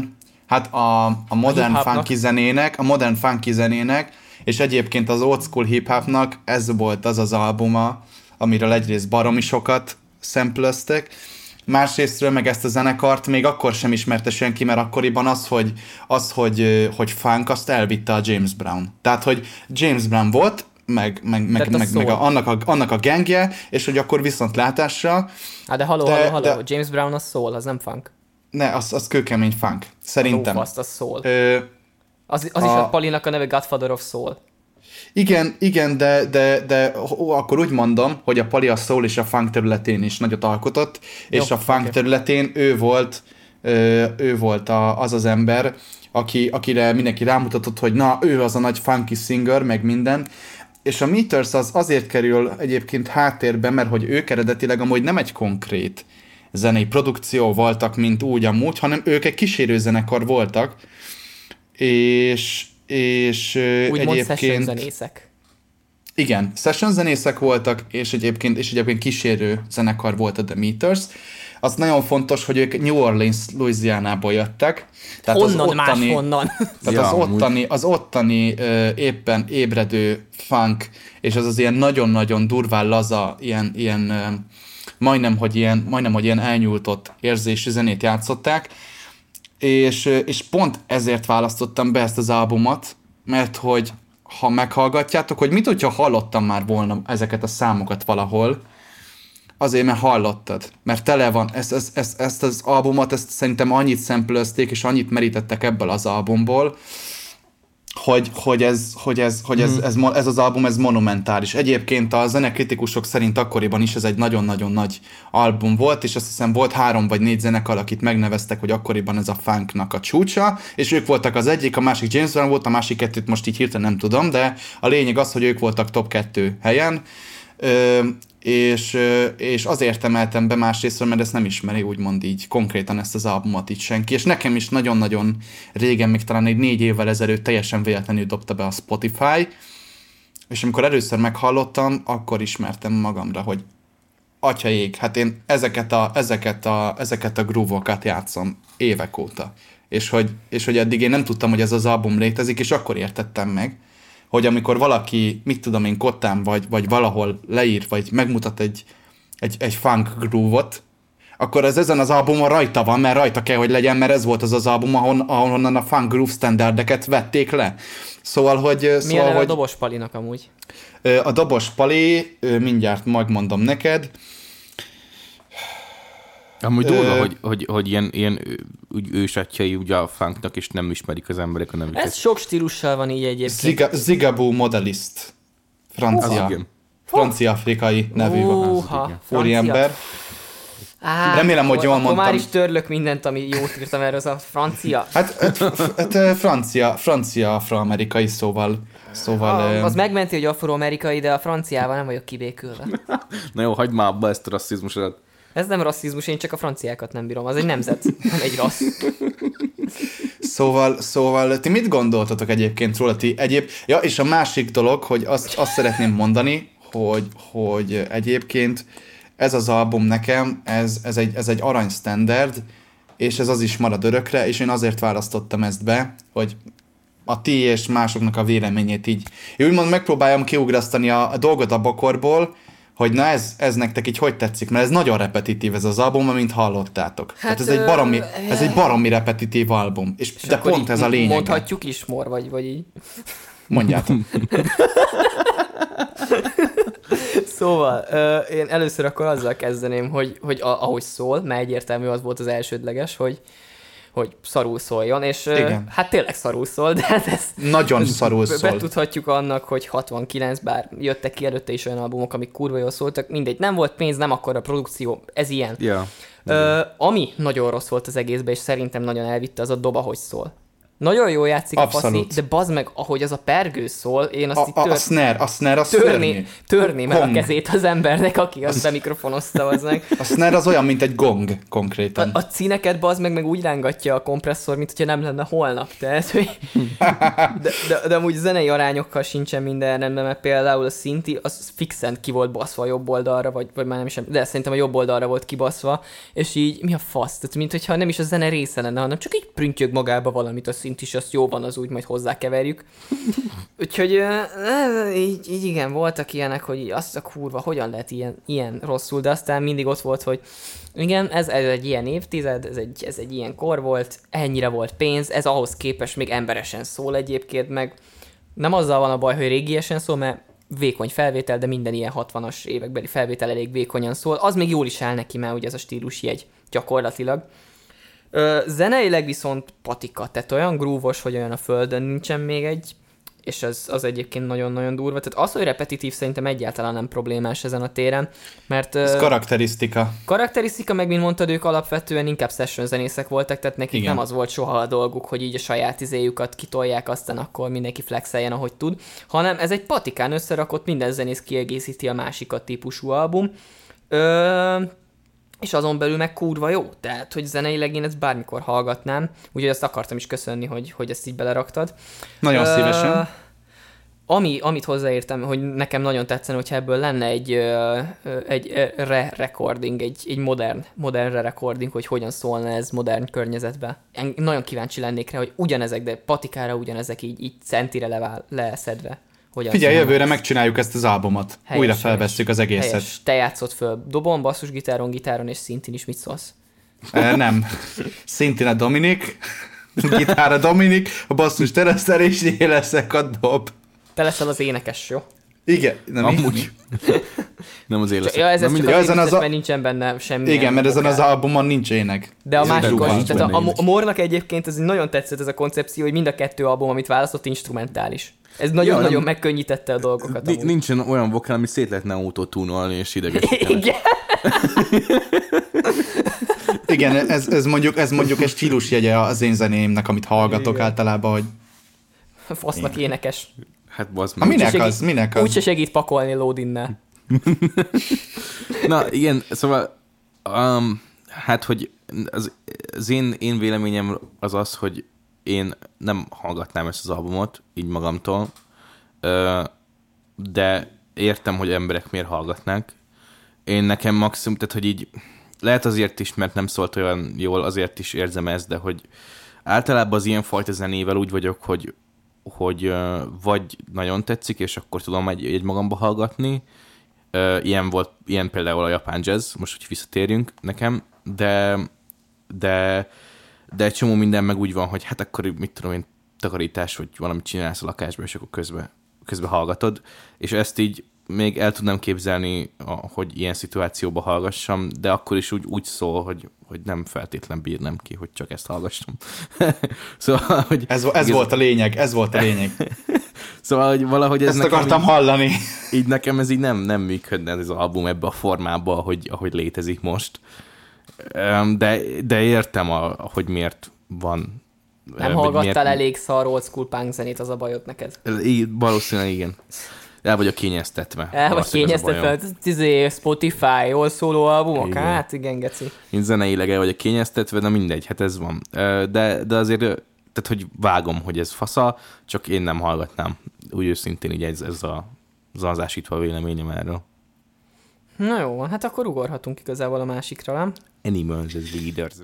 modern funky zenének, és egyébként az old school hip-hopnak ez volt az albuma, amiről egyrészt baromi sokat sampleztek, másrésztről meg ezt a zenekart még akkor sem ismerte senki, mert akkoriban hogy funk, azt elvitte a James Brown. Tehát, hogy James Brown volt, meg annak a gengje, és hogy akkor viszontlátásra... Hát de halló, James Brown az soul, az nem funk. Ne, az kőkemény funk, szerintem. Az soul. Az is a Palinak a neve Godfather of Soul. Igen, de akkor úgy mondom, hogy a Pali a soul és a funk területén is nagyot alkotott, és a funk területén ő volt az ember, akire mindenki rámutatott, hogy na, ő az a nagy funky singer, meg minden, és a Meters az azért kerül egyébként háttérbe, mert hogy ők eredetileg amúgy nem egy konkrét zenei produkció voltak, mint úgy amúgy, hanem ők egy kísérőzenekar voltak, és úgymond session zenészek. Igen, session zenészek voltak, és egyébként kísérő zenekar volt a The Meters. Az nagyon fontos, hogy ők New Orleans, Louisianából jöttek. Tehát máshonnan. Tehát az ottani éppen ébredő funk, és az ilyen nagyon-nagyon durván laza, ilyen majdnem, hogy ilyen elnyújtott érzésű zenét játszották, és pont ezért választottam be ezt az albumot, mert hogy ha meghallgatjátok, hogy mit, hogyha hallottam már volna ezeket a számokat valahol, azért, mert hallottad. Mert tele van, ezt az albumot, ezt szerintem annyit samplezték, és annyit merítettek ebből az albumból, ez az album, ez monumentális. Egyébként a zenekritikusok szerint akkoriban is ez egy nagyon-nagyon nagy album volt, és azt hiszem volt 3 vagy 4 zenekar, akit megneveztek, hogy akkoriban ez a funknak a csúcsa, és ők voltak az egyik, a másik James Brown volt, a másik 2-t most így hirtelen nem tudom, de a lényeg az, hogy ők voltak top 2 helyen, és azért emeltem be másrésztről, mert ezt nem ismeri úgymond így konkrétan ezt az albumot így senki, és nekem is nagyon-nagyon régen, még talán egy 4 évvel ezelőtt teljesen véletlenül dobta be a Spotify, és amikor először meghallottam, akkor ismertem magamra, hogy atyaég, hát én ezeket a groove-okat játszom évek óta, és hogy eddig én nem tudtam, hogy ez az album létezik, és akkor értettem meg, hogy amikor valaki, mit tudom én, kottán vagy valahol leír, vagy megmutat egy funk groove-ot, akkor ez ezen az albumon rajta van, mert rajta kell, hogy legyen, mert ez volt az album, ahonnan a funk groove standardeket vették le. Szóval, hogy... Milyen a Dobos Palinak amúgy? A Dobos Pali, mindjárt megmondom neked. Amúgy durva, hogy ilyen ősatjai ugye a funknak, és nem ismerik az emberek a nevüket. Ez sok stílussal van így egyébként. Zigaboo Modelist. Francia-afrikai nevű úriember. Remélem, hogy jól mondtam. Már is törlök mindent, ami jót írtam erről, az a francia. Hát francia afroamerikai, szóval az megmenti, hogy afroamerikai, de a franciával nem vagyok kibékülve. Na jó, hagyd már abba ezt a rasszizmusodat. Ez nem rasszizmus, én csak a franciákat nem bírom. Az egy nemzet, nem egy rassz. Szóval ti mit gondoltatok egyébként róla? Ja, és a másik dolog, hogy azt szeretném mondani, hogy egyébként ez az album nekem, ez egy arany standard, és ez az is marad örökre, és én azért választottam ezt be, hogy a ti és másoknak a véleményét így. Én úgymond megpróbáljam kiugrasztani a dolgot a bokorból, hogy na ez nektek így hogy tetszik, mert ez nagyon repetitív ez az album, amint hallottátok. Hát ez egy baromi repetitív album, de pont ez a lényeg. Mondhatjuk is, vagy így. Mondjátok. Szóval, én először akkor azzal kezdeném, hogy ahogy szól, mert egyértelmű az volt az elsődleges, hogy szarul szóljon, és hát tényleg szarul szól, de hát ezt nagyon szarul szól. Betudhatjuk annak, hogy 69, bár jöttek ki előtte is olyan albumok, amik kurva jól szóltak, mindegy, nem volt pénz, nem akkora produkció, ez ilyen. Yeah. Ami nagyon rossz volt az egészben, és szerintem nagyon elvitte, az a dob, ahogy szól. Nagyon jól játszik abszolút. A faszi, de bazd meg, ahogy az a pergő szól, én azt a snare az törni meg a kezét az embernek, aki azt bemikrofonozta, az meg. A snare az olyan, mint egy gong konkrétan. A színeket bazd meg úgy rángatja a kompresszor, mint hogyha nem lenne holnap. Tehát, hogy... de amúgy zenei arányokkal sincsen minden rendben, mert például a szinti, az fixen ki volt baszva a jobb oldalra, vagy már nem is, de szerintem a jobb oldalra volt kibaszva, és így mi a fasz? Tehát, mint hogyha nem is a zene része lenne, hanem csak így prüntjög magába valamit a szint is, azt jó van, az úgy majd hozzákeverjük. Úgyhogy így igen, voltak ilyenek, hogy azt a kurva, hogyan lehet ilyen rosszul, de aztán mindig ott volt, hogy igen, ez egy ilyen évtized, ez egy ilyen kor volt, ennyire volt pénz, ez ahhoz képest még emberesen szól egyébként, meg nem azzal van a baj, hogy régiesen szól, mert vékony felvétel, de minden ilyen 60-as évekbeli felvétel elég vékonyan szól, az még jól is áll neki, mert ugye ez a stílusjegy gyakorlatilag. Zeneileg viszont patika, tehát olyan grúvos, hogy olyan a földön nincsen még egy, és az egyébként nagyon-nagyon durva. Tehát az, hogy repetitív, szerintem egyáltalán nem problémás ezen a téren, mert... Ez karakterisztika. Karakterisztika, meg mint mondtad, ők alapvetően inkább session zenészek voltak, tehát nekik igen. Nem az volt soha a dolguk, hogy így a saját izéjukat kitolják, aztán akkor mindenki flexeljen, ahogy tud, hanem ez egy patikán összerakott, minden zenész kiegészíti a másikat típusú album. És azon belül meg kurva jó, tehát, hogy zeneileg én ezt bármikor hallgatnám, úgyhogy azt akartam is köszönni, hogy ezt így beleraktad. Nagyon szívesen. Amit hozzáértem, hogy nekem nagyon tetszene, hogyha ebből lenne egy re-recording, egy modern re-recording, hogy hogyan szólna ez modern környezetben. Én nagyon kíváncsi lennék rá, hogy ugyanezek, de patikára ugyanezek így centire leszedve. Figyelj, jövőre megcsináljuk ezt az albumot. Helyes, újra felvesszük az egészet. Helyes. Te játszott föl dobon, basszusgitáron és szintén is mit szólsz? Nem. Szintén a Dominik, gitár a Dominik, a basszus Tereszter, és én leszek a dob. Te leszel az énekes, jó? Igen. Nem amúgy. Nem az élet. Ja, ez csak azért vicces, mert nincsen benne semmi. Igen, mert ezen az albumon nincs ének. De a másikon is. Tehát a Mornak egyébként ez nagyon tetszett ez a koncepció, hogy mind a 2 album, amit választott, instrumentális. Ez nagyon-nagyon megkönnyítette a dolgokat. Nincsen olyan vokál, ami szét lehetne autotune-olni és idegesíteni. Igen. Igen, ez mondjuk egy stílusjegye az én zenémnek, amit hallgatok általában, hogy... Fasznak énekes. Hát bazd meg. Minek az? Úgyse segít pakolni Lódinnel. Na igen, szóval hát, hogy az én véleményem az, hogy én nem hallgatnám ezt az albumot, így magamtól, de értem, hogy emberek miért hallgatnák. Én nekem maximum, tehát hogy így lehet azért is, mert nem szólt olyan jól, azért is érzem ezt, de hogy általában az ilyenfajta zenével úgy vagyok, hogy vagy nagyon tetszik, és akkor tudom egy magamba hallgatni. Ilyen például a japán jazz, most hogy visszatérjünk nekem, de egy csomó minden meg úgy van, hogy hát akkor mit tudom én, takarítás, vagy valamit csinálsz a lakásban, és akkor közben hallgatod, és ezt így még el tudnám képzelni, hogy ilyen szituációban hallgassam, de akkor is úgy szól, hogy nem feltétlen bírnám ki, hogy csak ezt hallgassam. Szóval, hogy ez volt a lényeg. Szóval, hogy valahogy ezt akartam hallani. Így nekem ez így nem működne ez az album ebbe a formába, ahogy létezik most. De értem, hogy miért van. Nem hallgattál elég szar old school punk zenét, az a bajod neked? Valószínűleg igen. El vagyok kényeztetve. Spotify, all szóló albumok? Igen. Hát igen, geci. Én zeneileg el vagyok kényeztetve, de mindegy, hát ez van. De azért, tehát hogy vágom, hogy ez fasza, csak én nem hallgatnám. Úgy őszintén így ez a zanzásítva véleményem erről. Na jó, hát akkor ugorhatunk igazából a másikra, nem? Animals as Leaders.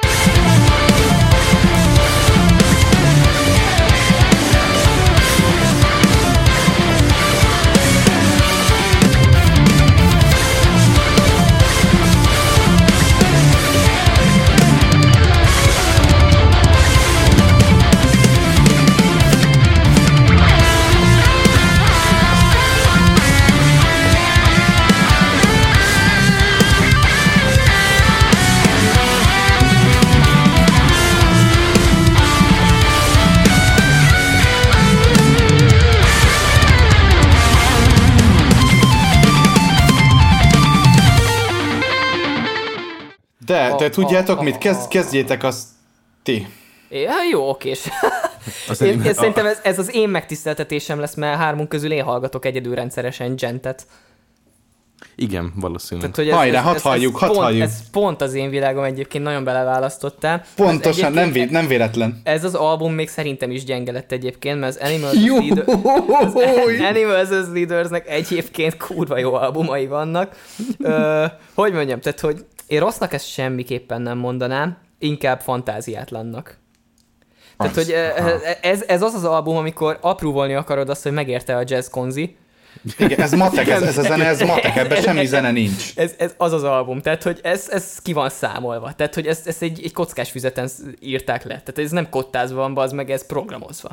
De tudjátok mit? Kezdjétek azt ti. Jó, okés. Én szerintem ez az én megtiszteltetésem lesz, mert 3 közül én hallgatok egyedül rendszeresen Gentet. Igen, valószínűleg. Hajrá, hadd halljuk. Ez pont az én világom, egyébként nagyon beleválasztottál. Pontosan, nem véletlen. Ez az album még szerintem is gyenge lett egyébként, mert az Animals as Leadersnek egyébként kurva jó albumai vannak. Hogy mondjam, tehát hogy én rossznak ezt semmiképpen nem mondanám, inkább fantáziátlannak. Tehát, hogy ez az album, amikor apróvolni akarod azt, hogy megérte a jazz konzi. Igen, ez matek, ez a zene, ez matek, ebben semmi zene nincs. Ez az album, tehát, hogy ez ki van számolva. Tehát, hogy ezt egy kockás füzeten írták le. Tehát ez nem kottázva van, bazd meg, ez programozva.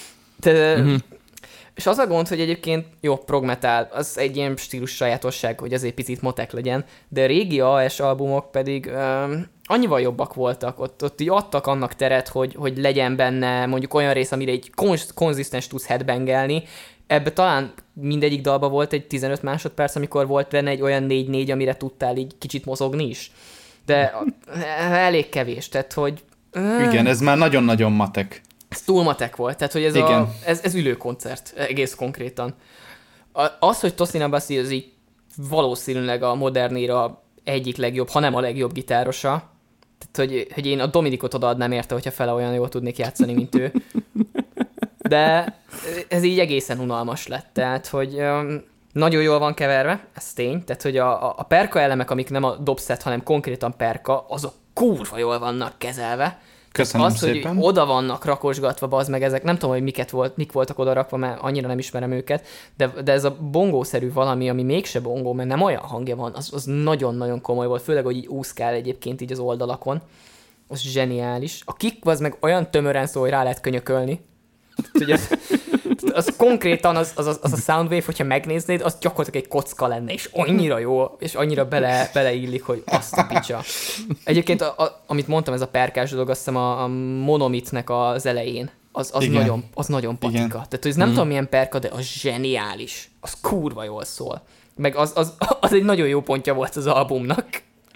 És az a gond, hogy egyébként jó, prog-metal, az egy ilyen stílus sajátosság, hogy azért picit motek legyen, de a régi AS albumok pedig annyival jobbak voltak, ott így adtak annak teret, hogy legyen benne mondjuk olyan rész, amire egy konzisztens tudsz headbangelni. Ebben talán mindegyik dalban volt egy 15 másodperc, amikor volt benne egy olyan 4-4, amire tudtál így kicsit mozogni is. De elég kevés, tehát hogy... Igen, ez már nagyon-nagyon matek. Ez túl matek volt, tehát hogy ez ülőkoncert egész konkrétan. Az, hogy Tosin Abasi az így valószínűleg a modern éra egyik legjobb, ha nem a legjobb gitárosa. Tehát, hogy én a Dominikot odaadnám érte, hogyha fele olyan jól tudnék játszani, mint ő. De ez így egészen unalmas lett, tehát, hogy nagyon jól van keverve, ez tény, tehát, hogy a perka elemek, amik nem a dobszett, hanem konkrétan perka, azok kurva jól vannak kezelve. Köszönöm az, szépen. Hogy oda vannak rakosgatva, bazd meg ezek, nem tudom, hogy mik voltak oda rakva, mert annyira nem ismerem őket, de ez a bongószerű valami, ami mégse bongó, mert nem olyan hangja van, az nagyon-nagyon komoly volt, főleg, hogy így úszkál egyébként így az oldalakon. Az zseniális. A kick az meg olyan tömören szól, hogy rá lehet könyökölni. Az konkrétan az a Soundwave, hogyha megnéznéd, az gyakorlatilag egy kocka lenne, és annyira jó, és annyira beleillik, hogy azt a picsa. Egyébként, amit mondtam, ez a perkás dolog, azt hiszem a Monomitnek az elején, az nagyon patika. Igen. Tehát, hogy ez nem tudom milyen perka, de az zseniális. Az kurva jól szól. Meg az egy nagyon jó pontja volt az albumnak.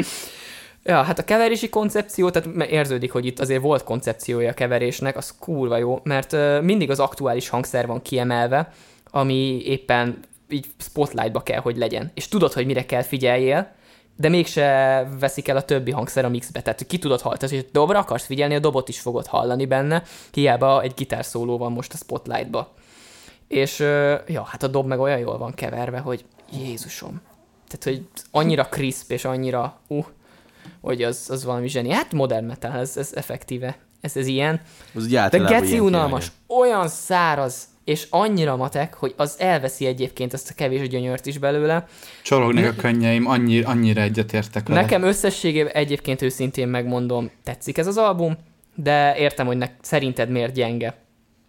Ja, hát a keverési koncepció, tehát érződik, hogy itt azért volt koncepciója a keverésnek, az kurva jó, mert mindig az aktuális hangszer van kiemelve, ami éppen így spotlightba kell, hogy legyen. És tudod, hogy mire kell figyeljél, de mégse veszik el a többi hangszer a mixbe. Tehát ki tudod hallani, tehát hogy dobra akarsz figyelni, a dobot is fogod hallani benne, hiába egy gitárszóló van most a spotlightba. És ja, hát a dob meg olyan jól van keverve, hogy Jézusom. Tehát, hogy annyira crisp és annyira hogy az valami zseni. Hát modern metal, ez effektíve. Ez ilyen. De geci unalmas, olyan száraz, és annyira matek, hogy az elveszi egyébként ezt a kevés gyönyört is belőle. Csorognak a könnyeim, annyira egyetértek vele. Nekem összességében egyébként őszintén megmondom, tetszik ez az album, de értem, hogy szerinted miért gyenge.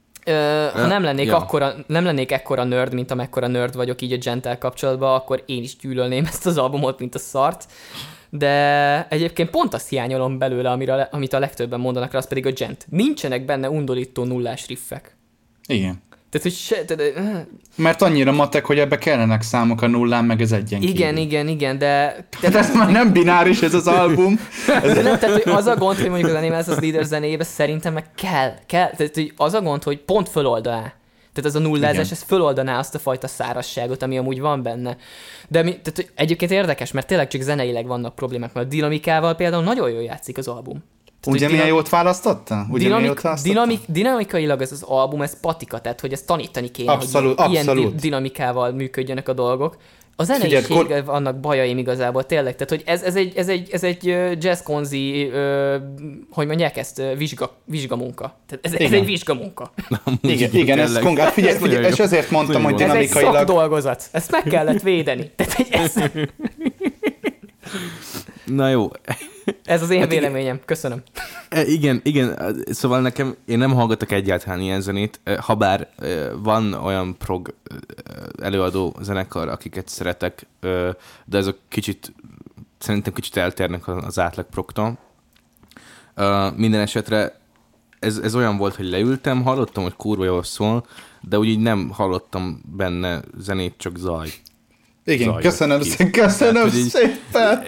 Ha nem lennék ekkora nerd, mint amekkora nerd vagyok így a Gent-tel kapcsolatban, akkor én is gyűlölném ezt az albumot, mint a szart. De egyébként pont azt hiányolom belőle, amit a legtöbben mondanak rá, az pedig a Gent. Nincsenek benne undorító nullás riffek. Igen. Tehát, hogy mert annyira matek, hogy ebbe kellenek számok a nullán, meg ez egyen Igen, de... ez már nem bináris ez az album. De nem, tehát, hogy az a gond, hogy mondjuk az Animals Leader zenébe szerintem meg kell. Tehát, hogy az a gond, hogy pont föloldaná. Tehát ez a nullázás, ez föloldaná azt a fajta szárazságot, ami amúgy van benne. De tehát egyébként érdekes, mert tényleg csak zeneileg vannak problémák, mert a dinamikával például nagyon jól játszik az album. Tehát, ugye milyen jót választotta? Dinamikailag ez az album, ez patika, tehát hogy ezt tanítani kéne, abszolút. Ilyen dinamikával működjenek a dolgok. A zeneiséggel vannak bajaim igazából, tényleg, tehát hogy ez egy jazzkonzi, hogy mondják ezt, vizsgamunka. Tehát ez egy vizsgamunka. Igen, ez konkrét. Figyelj, és ezért mondtam, hogy dinamikailag... Ez egy szakdolgozat, ezt meg kellett védeni. Tehát, hogy ez... Na jó. Ez az én véleményem. Köszönöm. Igen. Szóval nekem, én nem hallgatok egyáltalán ilyen zenét, habár van olyan prog előadó zenekar, akiket szeretek, de ezek szerintem kicsit eltérnek az átlag progtól. Minden esetre ez olyan volt, hogy leültem, hallottam, hogy kurva jól szól, de úgy így nem hallottam benne zenét, csak zaj. Igen, köszönöm szépen!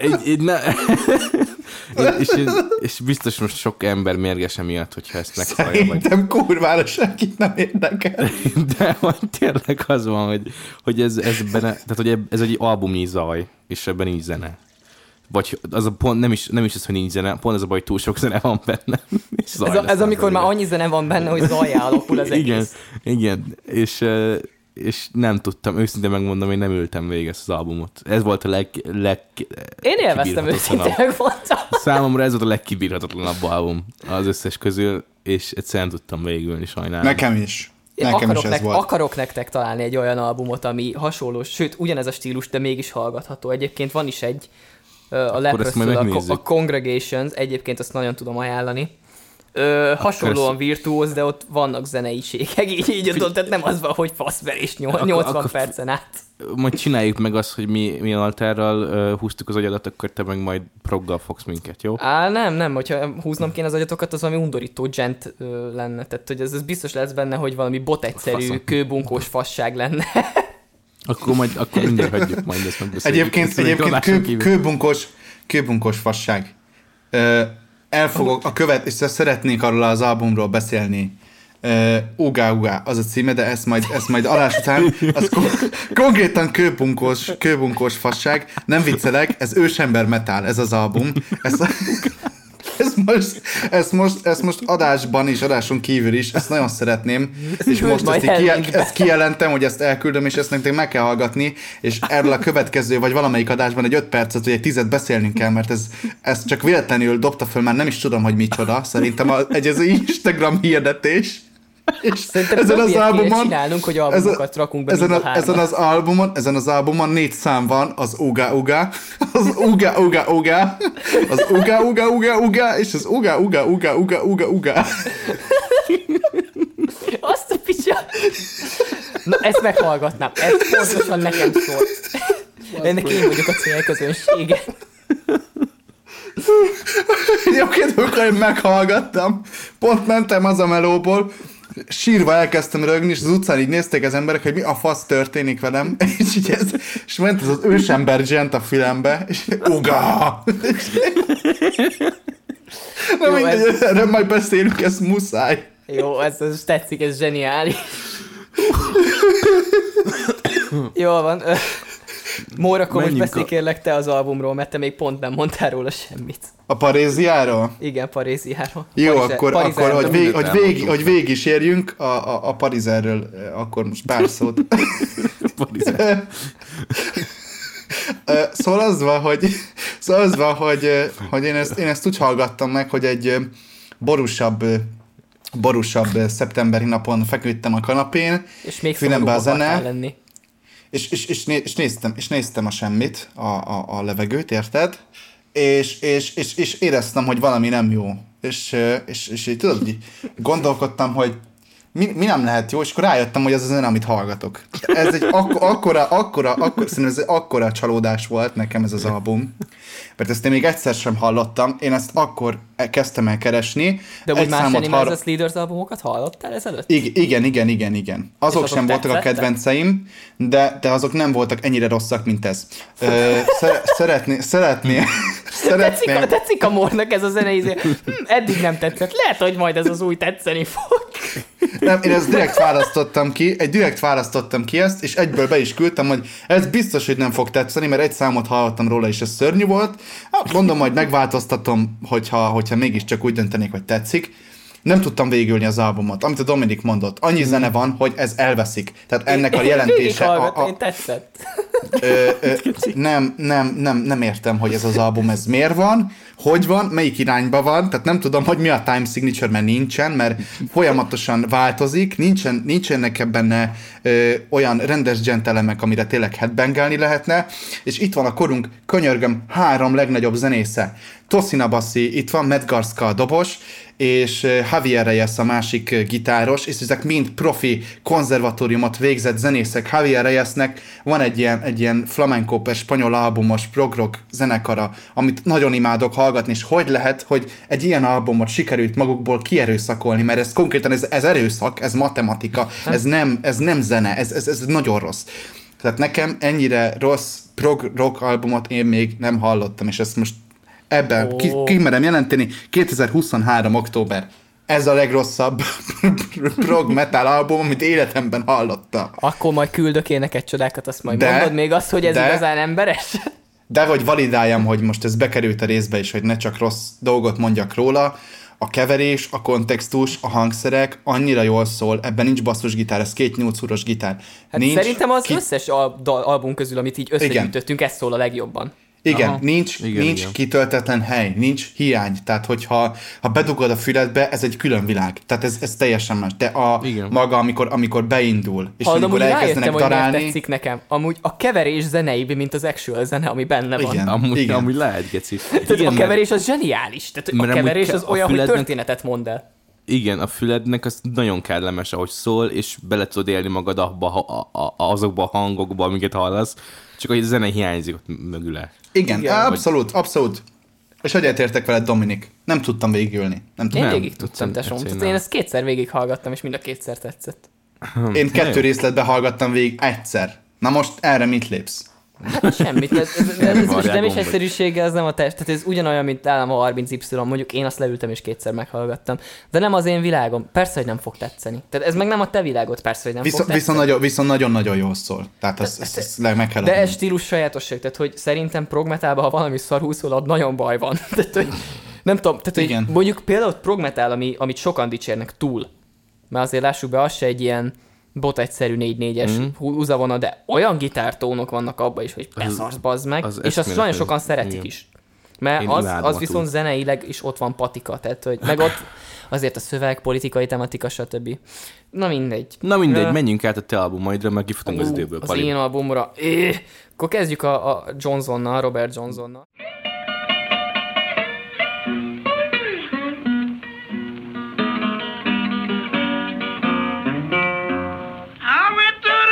És biztos most sok ember mérges emiatt, hogyha ezt meghallja. Szerintem kurvára senkit nem érdekel. De tényleg az van, hogy ez egy albumnyi zaj, és ebben nincs zene. Vagy az a pont, nem is az, hogy nincs zene, pont az a baj, hogy túl sok zene van benne. Ez amikor már annyi zene van benne, hogy zajjá alakul az egész. Igen, és nem tudtam, őszintén megmondom, én nem ültem végig ezt az albumot. Ez volt a én élveztem őszintén, megmondtam. Számomra ez volt a legkibírhatatlanabb album az összes közül, és egyszerűen nem tudtam végigülni, sajnálom. Nekem is ez volt. Akarok nektek találni egy olyan albumot, ami hasonló, sőt, ugyanez a stílus, de mégis hallgatható. Egyébként van is egy, a Leprous-től, a Congregations, egyébként azt nagyon tudom ajánlani. Hasonlóan virtuóz, de ott vannak zeneiségek, így tehát nem az van, hogy faszverés 80 percen át. Majd csináljuk meg azt, hogy mi altárral húztuk az agyadat, akkor te meg majd proggal fogsz minket, jó? Nem, hogyha húznom kéne az agyatokat, az valami undorító gent lenne. Tehát, hogy ez biztos lesz benne, hogy valami botegyszerű, kőbunkós fasság lenne. Akkor mindig hagyjuk majd ezt megbeszéljük. Egyébként kőbunkós fasság. Elfogok és szeretnék arról az albumról beszélni. Uga, az a címe, de ezt majd alás után, az konkrétan kőbunkós fasság. Nem viccelek, ez ősember metal, ez az album. Ezt most adásban is, adáson kívül is, ezt nagyon szeretném, és most ezt kijelentem, hogy ezt elküldöm, és ezt nektek meg kell hallgatni, és erről a következő, vagy valamelyik adásban egy 5 percet, vagy egy 10 beszélnünk kell, mert ez csak véletlenül dobta föl, már nem is tudom, hogy micsoda, szerintem ez egy Instagram hirdetés. És ezen az albumon csinálnunk, hogy albumokat rakunk be mind a hárman. Ezen az albumon 4 szám van, az Uga, az Uga, az Uga, és az Uga. Azt a picsa. Na, ezt meghallgatnám. Ez pontosan nekem szól. Ennek én vagyok a célközönsége. Egyébként, amikor én meghallgattam, pont mentem az a melóból, sírva elkezdtem rögni, és az utcán így nézték az emberek, hogy mi a fasz történik velem, és ment az ősember gent a fülembe, és uga! Na jó, mindegy, erről majd beszélünk, ez muszáj. Jó, ez tetszik, ez zseniális. Jól van. Mór, akkor most beszélj kérlek te az albumról, mert te még pont nem mondtál róla semmit. A Paréziáról? Igen, Paréziáról. Jó, akkor hogy végig is érjünk a Parizerről, akkor most pár szót. Szóval az van, hogy én ezt úgy hallgattam meg, hogy egy borúsabb szeptemberi napon feküdtem a kanapén, és még fülembe a zene, lenni. És néztem a semmit, a levegőt, érted? És éreztem, hogy valami nem jó. És így tudod, így gondolkodtam, hogy mi nem lehet jó, és akkor rájöttem, hogy ez az zene, amit hallgatok. Ez egy szerintem ez egy akkora csalódás volt nekem ez az album. Mert ezt én még egyszer sem hallottam, én ezt akkor kezdtem el keresni. De úgy más Animals Leaders albumokat hallottál ezelőtt? Igen. Azok sem voltak a kedvenceim, de azok nem voltak ennyire rosszak, mint ez. Szeretném. Tetszik a Mornak ez a zene, eddig nem tetszett. Lehet, hogy majd ez az új tetszeni fog. Nem, én ezt direkt választottam ki ezt, és egyből be is küldtem, hogy ez biztos, hogy nem fog tetszeni, mert egy számot hallottam róla, és ez szörnyű volt. Mondom, majd megváltoztatom, hogyha mégiscsak úgy döntenék, hogy tetszik. Nem tudtam végülni az albumot, amit a Dominik mondott. Annyi zene van, hogy ez elveszik. Tehát ennek a jelentése... Én tetszett. Nem értem, hogy ez az album ez miért van, hogy van, melyik irányba van, tehát nem tudom, hogy mi a time signature, mert nincsen, mert folyamatosan változik, nincsenek benne olyan rendes gentelemek, amire tényleg headbangelni lehetne, és itt van a korunk, könyörgöm, 3 legnagyobb zenésze. Tosin Abassi, itt van Matt Garska a dobos, és Javier Reyes a másik gitáros, és ezek mind profi konzervatóriumot végzett zenészek. Javier Reyesnek van egy ilyen flamenco per spanyol albumos prog-rock zenekara, amit nagyon imádok hallgatni, és hogy lehet, hogy egy ilyen albumot sikerült magukból kierőszakolni, mert ez konkrétan ez erőszak, ez matematika, ez nem zene, ez nagyon rossz. Tehát nekem ennyire rossz prog-rock albumot én még nem hallottam, és ezt most ebben kimerem jelenteni, 2023. október. Ez a legrosszabb prog metal album, amit életemben hallottam. Akkor majd küldök én neked csodákat, azt majd mondod még azt, hogy ez igazán emberes? De hogy validáljam, hogy most ez bekerült a részbe is, hogy ne csak rossz dolgot mondjak róla, a keverés, a kontextus, a hangszerek annyira jól szól, ebben nincs basszusgitár, ez 2 8 húros gitár. Hát szerintem az összes album közül, amit így összegyűjtöttünk, ez szól a legjobban. Igen, aha. Nincs kitöltetlen hely, nincs hiány. Tehát, hogyha bedugod a füledbe, ez egy külön világ. Tehát ez teljesen más. De maga, amikor beindul, és amikor elkezdenek darálni... hogy tetszik nekem. Amúgy a keverés zeneibb, mint az actual zene, ami benne van. Igen, amúgy lehet, geci. A keverés az zseniális. Tehát a keverés az olyan, hogy történetet mond el. Igen, a fülednek az nagyon kellemes, ahogy szól, és bele tudod élni magad azokba a hangokba, amiket hallasz, csak hogy a zene hiányzik ott mögül. Igen, abszolút. És hogy értek veled, Dominik? Nem tudtam végigülni. Én végig tudtam, tesóm. Én ezt 2-szer végighallgattam, és mind a 2-szer tetszett. Én 2 részletben hallgattam végig egyszer. Na most erre mit lépsz? Hát semmit, ez nem is egyszerűséggel, ez nem a test, tehát ez ugyanolyan, mint nálam a 30Y, mondjuk én azt leültem és 2-szer meghallgattam, de nem az én világom, persze, hogy nem fog tetszeni. Tehát ez meg nem a te világod, persze, hogy nem fog tetszeni. Viszont nagyon-nagyon jól szól, tehát ezt meg kell adni. De ez stílus sajátosság, tehát hogy szerintem prog-metalban, ha valami szarul szól, nagyon baj van. Tehát, hogy nem tudom, tehát, hogy mondjuk például prog-metal, amit sokan dicsérnek túl, mert azért lássuk be, az se egy ilyen bot egyszerű 4-4-es húzavona, de olyan gitártónok vannak abban is, hogy beszarsz, bazd meg, és azt nagyon sokan szeretik is. Mert az viszont zeneileg is ott van patika, tehát hogy meg ott azért a szöveg, politikai tematika, stb. Na mindegy, menjünk át a te albumaidra, meg kifutunk az időből. Az én albumra. Akkor kezdjük a Johnsonnal, Robert Johnsonnal. I went to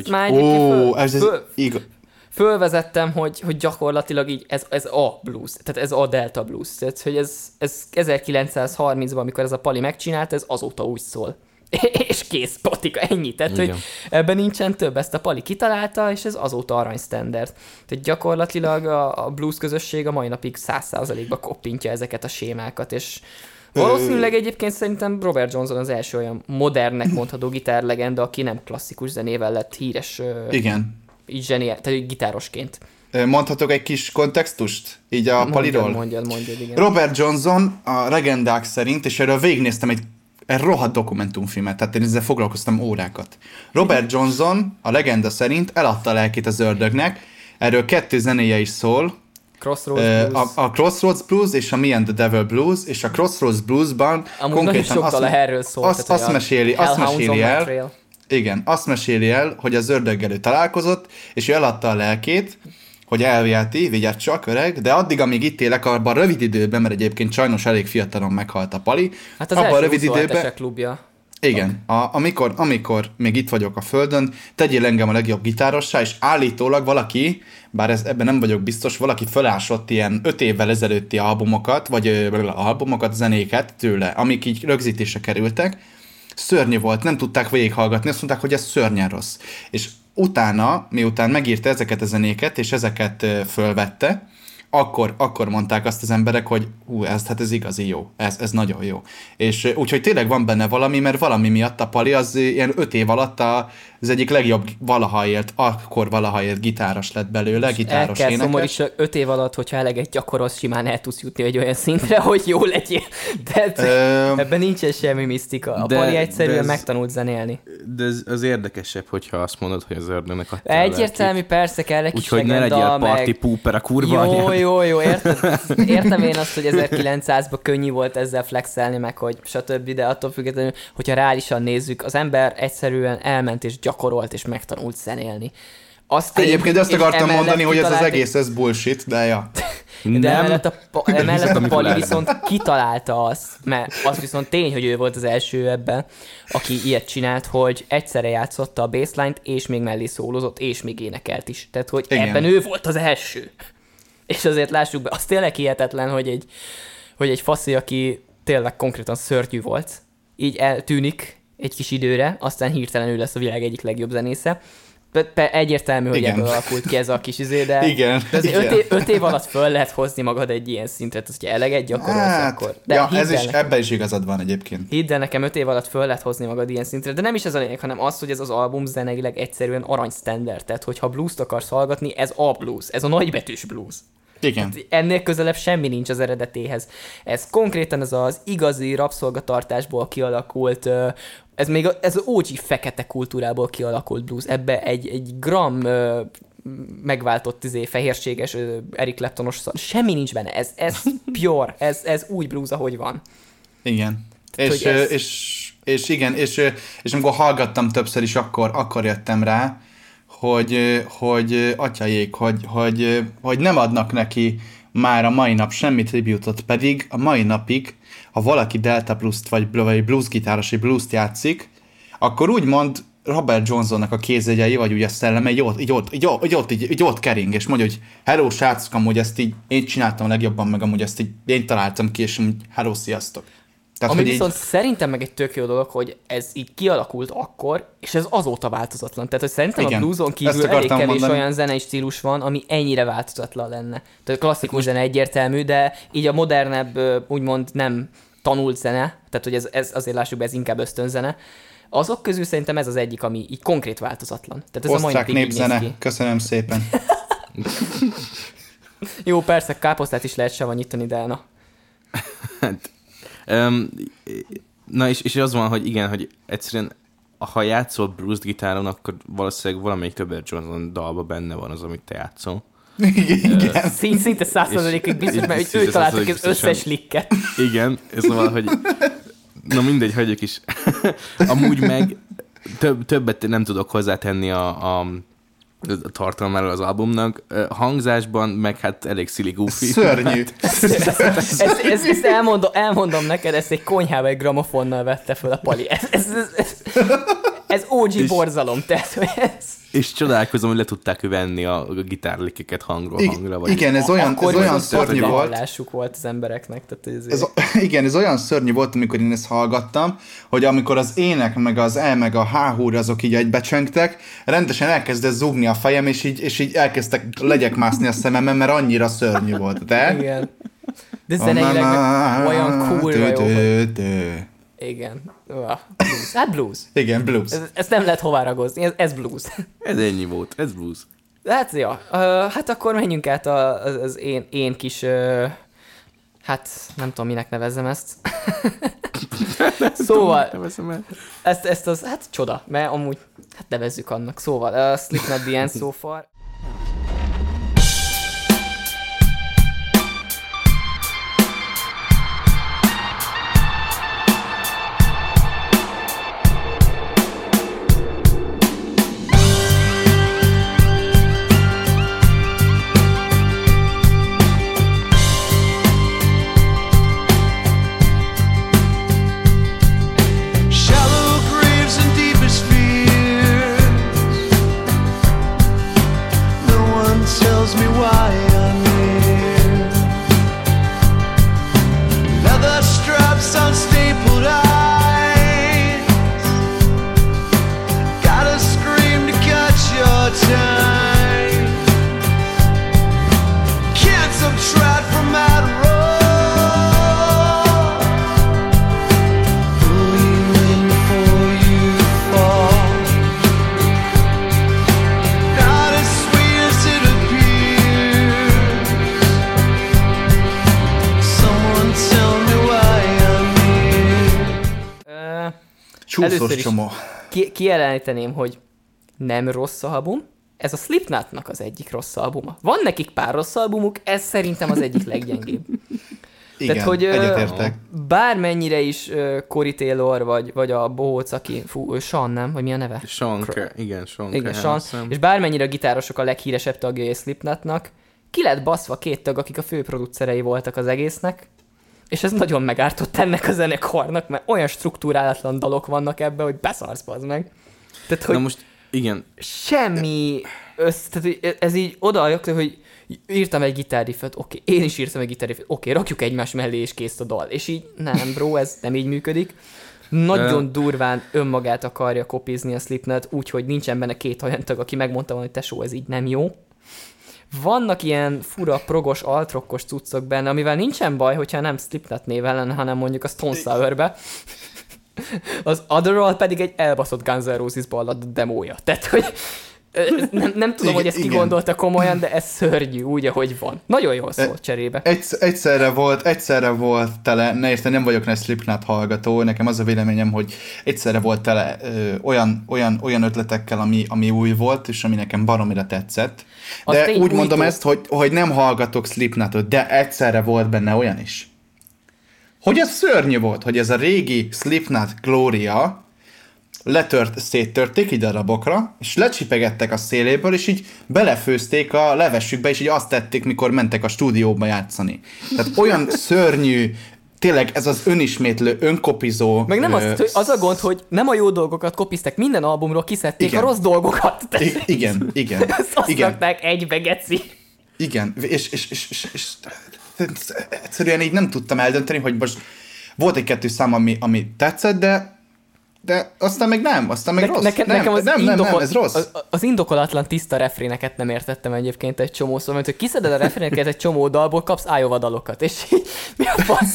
már fölvezettem, hogy gyakorlatilag így ez a blues, tehát ez a Delta blues. Tehát, hogy ez 1930-ban, amikor ez a Pali megcsinált, ez azóta úgy szól. És kész, patika, ennyi. Tehát, hogy ebben nincsen több, ezt a Pali kitalálta, és ez azóta arany standard. Tehát gyakorlatilag a blues közösség a mai napig 100%-ba koppintja ezeket a sémákat, és valószínűleg egyébként szerintem Robert Johnson az első olyan modernnek mondható gitárlegenda, aki nem klasszikus zenével lett híres. Igen. Így tehát gitárosként. Mondhatok egy kis kontextust? Így a Paliról? Mondjad, igen. Robert Johnson a legendák szerint, és erről végignéztem egy rohadt dokumentumfilmet, tehát én ezzel foglalkoztam órákat. Robert Johnson a legenda szerint eladta a lelkét az ördögnek, erről 2 zenéje is szól, a Crossroads Blues és a Me and the Devil Blues, és a Crossroads Bluesban konkrétan erről szól, azt meséli el, igen, azt meséli el, hogy az ördöggel ő találkozott, és ő eladta a lelkét, hogy elviheti, vigyázz csak, öreg, de addig, amíg itt élek, abban a rövid időben, mert egyébként sajnos elég fiatalon meghalt a Pali. Hát az abban első rövid időben klubja. Igen, amikor még itt vagyok a földön, tegyél engem a legjobb gitárossá, és állítólag valaki, bár ebben nem vagyok biztos, valaki felásott ilyen 5 évvel ezelőtti albumokat, vagy zenéket tőle, amik így rögzítésre kerültek. Szörnyű volt, nem tudták végighallgatni, azt mondták, hogy ez szörnyen rossz. És utána, miután megírta ezeket a zenéket, és ezeket fölvette, akkor mondták azt az emberek, hogy ez igazi jó, ez nagyon jó. És úgyhogy tényleg van benne valami, mert valami miatt a Pali az ilyen 5 év alatt az egyik legjobb valaha élt gitáros lett belőle, gitáros énekes. Szomorú, 5 év alatt, hogyha eleget gyakorolsz, simán el tudsz jutni egy olyan szintre, hogy jó legyél. De ebben nincsen semmi misztika. A Pali egyszerűen megtanult zenélni. De ez érdekesebb, hogyha azt mondod, hogy az ördögnek adta egyértelmű, persze kell egy kis legenda. Úgyhogy ne legyél party pooper a kurva anyád. Jó, értem én azt, hogy 1900-ban könnyű volt ezzel flexelni, meg hogy stb., de attól függetlenül, hogyha reálisan nézzük, az ember egyszerűen elment és gyakorolt és megtanult zenélni. Egyébként azt akartam mondani, hogy ez az egész, ez bullshit, de ja. De emellett a Pali viszont kitalálta azt, mert az viszont tény, hogy ő volt az első ebben, aki ilyet csinált, hogy egyszerre játszotta a bassline-t, és még mellé szólózott, és még énekelt is. Tehát, hogy igen. Ebben ő volt az első. És azért lássuk be, az tényleg hihetetlen, hogy egy faszi, aki tényleg konkrétan szörnyű volt, így eltűnik egy kis időre, aztán hirtelen ő lesz a világ egyik legjobb zenésze. Egyértelmű, hogy ebből alakult ki ez a kis de igen. De azért 5 év alatt föl lehet hozni magad egy ilyen szintre, tehát hogyha eleget gyakorolsz, akkor... De ebben is igazad van egyébként. Hidd el nekem, 5 év alatt föl lehet hozni magad ilyen szintre, de nem is ez a lényeg, hanem az, hogy ez az album zeneileg egyszerűen arany standard, tehát hogyha blues-t akarsz hallgatni, ez a blues, ez a nagybetűs blues. Igen. Tehát ennél közelebb semmi nincs az eredetéhez. Ez konkrétan ez az igazi rabszolgatartásból kialakult, ez az OG fekete kultúrából kialakult blues. Ebbe egy gram megváltott fehérséges Eric Claptonos semmi nincs benne. Ez pure, ez úgy blues, ahogy van. Igen. És igen, és amikor hallgattam többször is, akkor jöttem rá, hogy atyaék, hogy nem adnak neki már a mai nap semmi tributot, pedig a mai napig, ha valaki Delta Blues-t vagy blues gitáros, vagy blues-t játszik, akkor úgymond Robert Johnsonnak a kézjegyei, vagy ugye a szelleme, így ott kering, és mondja, hogy hello, srácok, amúgy ezt így én csináltam a legjobban, meg amúgy ezt így én találtam ki, és úgy, hello, sziasztok. Tehát, ami viszont szerintem meg egy tök jó dolog, hogy ez így kialakult akkor, és ez azóta változatlan. Tehát, hogy szerintem igen, a blueson kívül elég kevés mondani. Olyan zenei stílus van, ami ennyire változatlan lenne. Tehát a klasszikus zene egyértelmű, de így a modernebb, úgymond nem tanult zene, tehát hogy ez azért lássuk be, ez inkább ösztönzene. Azok közül szerintem ez az egyik, ami így konkrét változatlan. Tehát ez osztrák népzene, köszönöm szépen. Jó, persze, káposztát is lehet savanyítani, de na. Na és az van, hogy igen, hogy egyszerűen ha játszol blues gitáron, akkor valószínűleg valamelyik Robert Johnson dalba benne van az, amit te játszol. Igen. Szinte 100%-ig biztos, mert ő találtak az összes likket. Igen, szóval, hogy na mindegy, hagyjuk is. Amúgy meg többet nem tudok hozzátenni a tartalmáról az albumnak. Hangzásban meg hát elég silly goofy. Szörnyű. Ezt elmondom neked, ezt egy konyhába egy gramofonnal vette föl a Pali. Ez OG borzalom, tehát ez... És csodálkozom, hogy le tudták venni a gitárlikeket hangról hangra. Vagy... Igen, ez olyan szörnyű volt. Hallásuk volt az embereknek. Tehát igen, ez olyan szörnyű volt, amikor én ezt hallgattam, hogy amikor az ének, meg az E, meg a H húr azok így egybecsengtek, rendesen elkezdett zúgni a fejem, és így elkezdtek legyekmászni a szememben, mert annyira szörnyű volt. De? Igen. De zeneileg olyan cool jó. Igen. Blues. Hát blues. Igen, blues. Ezt nem lehet hová ragozni, ez blues. Ez ennyi volt, ez blues. Hát, ja. Hát akkor menjünk át az én kis... Hát, nem tudom, minek nevezzem ezt. Szóval, ezt az, hát csoda, mert amúgy, hát nevezzük annak. Szóval, Slipknot the End So Far. Először is kijelenteném, hogy nem rossz album. Ez a Slipknotnak az egyik rossz albuma. Van nekik pár rossz albumuk, ez szerintem az egyik leggyengébb. Igen, tehát, hogy egyetértek. Bármennyire is Corey Taylor, vagy a bohóc, aki, Sean, nem? Vagy mi a neve? Sean. És bármennyire a gitárosok a leghíresebb tagjai a Slipknotnak, ki lett baszva 2 tag, akik a főproducerei voltak az egésznek, és ez nagyon megártott ennek a zenekarnak, mert olyan struktúrálatlan dalok vannak ebben, hogy beszarsz, bazd meg. Tehát, hogy na most, igen. Semmi tehát ez így odaadjuk, hogy írtam egy gitárriffet, oké, én is írtam egy gitárriffet, oké, rakjuk egymás mellé, és kész a dal. És így, nem, bro, ez nem így működik. Nagyon durván önmagát akarja kopizni a Slipknot, úgyhogy nincsen benne 2 olyan tag, aki megmondta volna, hogy tesó, ez így nem jó. Vannak ilyen fura, progos, altrokkos cuccok benne, amivel nincsen baj, hogyha nem Slipknot néven lenne, hanem mondjuk a Stone Sour-be. Az Otherall pedig egy elbaszott Guns N' Roses ballad demója. Tehát, hogy nem tudom, hogy ezt kigondolta komolyan, de ez szörnyű, úgy, ahogy van. Nagyon jól szól cserébe. Egyszerre volt tele, ne érte, nem vagyok Slipknot hallgató, nekem az a véleményem, hogy egyszerre volt tele olyan ötletekkel, ami új volt, és ami nekem baromira tetszett. De úgy mondom ezt, hogy nem hallgatok Slipknotot, de egyszerre volt benne olyan is. Hogy ez szörnyű volt, hogy ez a régi Slipknot glória széttörték így darabokra, és lecsipegettek a széléből, és így belefőzték a levesükbe, és így azt tették, mikor mentek a stúdióba játszani. Tehát olyan szörnyű, tényleg ez az önismétlő, önkopizó... Meg nem az a gond, hogy nem a jó dolgokat kopiztek, minden albumról kiszedték a rossz dolgokat. Igen. Azt rakták egybe, geci. Igen, és egyszerűen így nem tudtam eldönteni, hogy most volt 1-2 szám, ami tetszett, de aztán meg nem, aztán meg rossz. Nekem ez rossz. Az indokolatlan tiszta refréneket nem értettem egyébként egy csomószor, mert hogy kiszeded a refréneket egy csomó dalból, kapsz Iowa dalokat, és így, mi a fasz?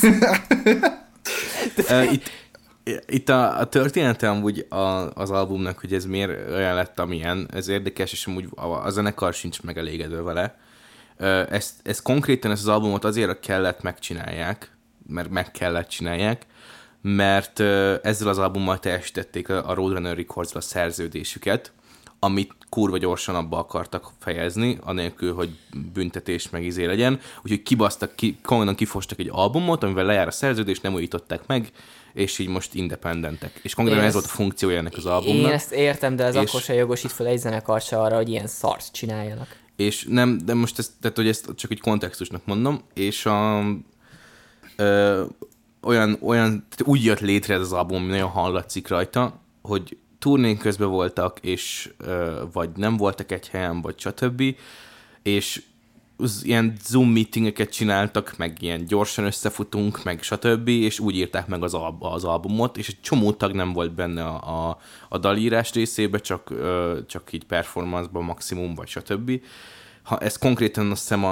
Itt a története amúgy az albumnak, hogy ez miért olyan lett, amilyen, ez érdekes, és amúgy a zenekar sincs megelégedve vele. Ezt konkrétan ezt az albumot azért kellett megcsinálják, mert meg kellett csinálják, mert ezzel az albummal teljesítették a Roadrunner Records-ra a szerződésüket, amit kurva gyorsan abba akartak fejezni, anélkül, hogy büntetés meg izé legyen. Úgyhogy komolyan kifostak egy albumot, amivel lejár a szerződés, nem újították meg, és így most independentek. És konkrétan ez volt a funkciója ennek az albumnak. Én ezt értem, de ez akkor se jogosít fel egy zenekart se arra, hogy ilyen szart csináljanak. És nem, de most tehát, hogy ezt csak egy kontextusnak mondom, és olyan úgy jött létre ez az album, ami nagyon hallatszik rajta, hogy turnén közben voltak, és vagy nem voltak egy helyen, vagy stb. És ilyen Zoom meetingeket csináltak, meg ilyen gyorsan összefutunk, meg stb. És úgy írták meg az albumot, és egy csomó tag nem volt benne a dalírás részébe, csak így performance-ban maximum, vagy stb. Ez konkrétan azt hiszem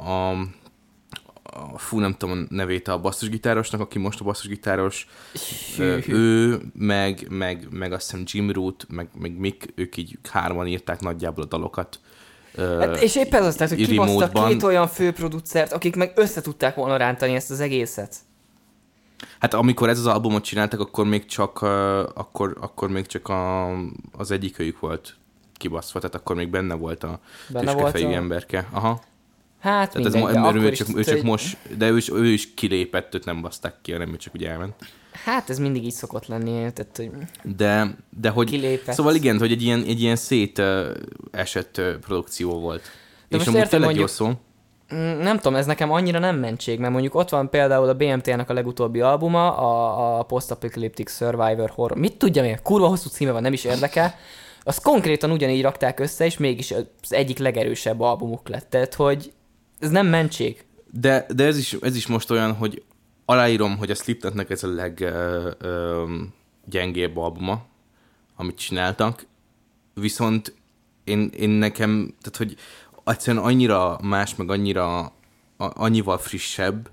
nem tudom a nevét a basszusgitárosnak, aki most a basszusgitáros, ő, meg azt hiszem Jim Root, meg Mick, ők így 3-an írták nagyjából a dalokat. Hát, és éppen az, tehát, hogy kibasztak 2 olyan főproducert, akik meg összetudták volna rántani ezt az egészet. Hát amikor ez az albumot csináltak, akkor még csak, az egyikőjük volt kibaszva, tehát akkor még benne volt a tüskefejű emberke. Aha. Hát mindegy, de ő is kilépett, őt nem baszták ki, hanem ő csak úgy elment. Hát ez mindig így szokott lenni, tehát, hogy de hogy kilépett. Szóval igen, hogy egy ilyen szétesett produkció volt. De és amúgy tényleg jó szó. Nem tudom, ez nekem annyira nem mentség, mert mondjuk ott van például a BMT-nek a legutóbbi albuma, a Post-Apocalyptic Survivor Horror. Mit tudjam én? Kurva hosszú címe van, nem is érdekel. Azt konkrétan ugyanígy rakták össze, és mégis az egyik legerősebb albumuk lett. Tehát, hogy ez nem mentség. De ez is most olyan, hogy aláírom, hogy a Slipknotnak ez a leggyengébb albuma, amit csináltak, viszont én nekem, tehát hogy egyszerűen annyira más, meg annyival frissebb,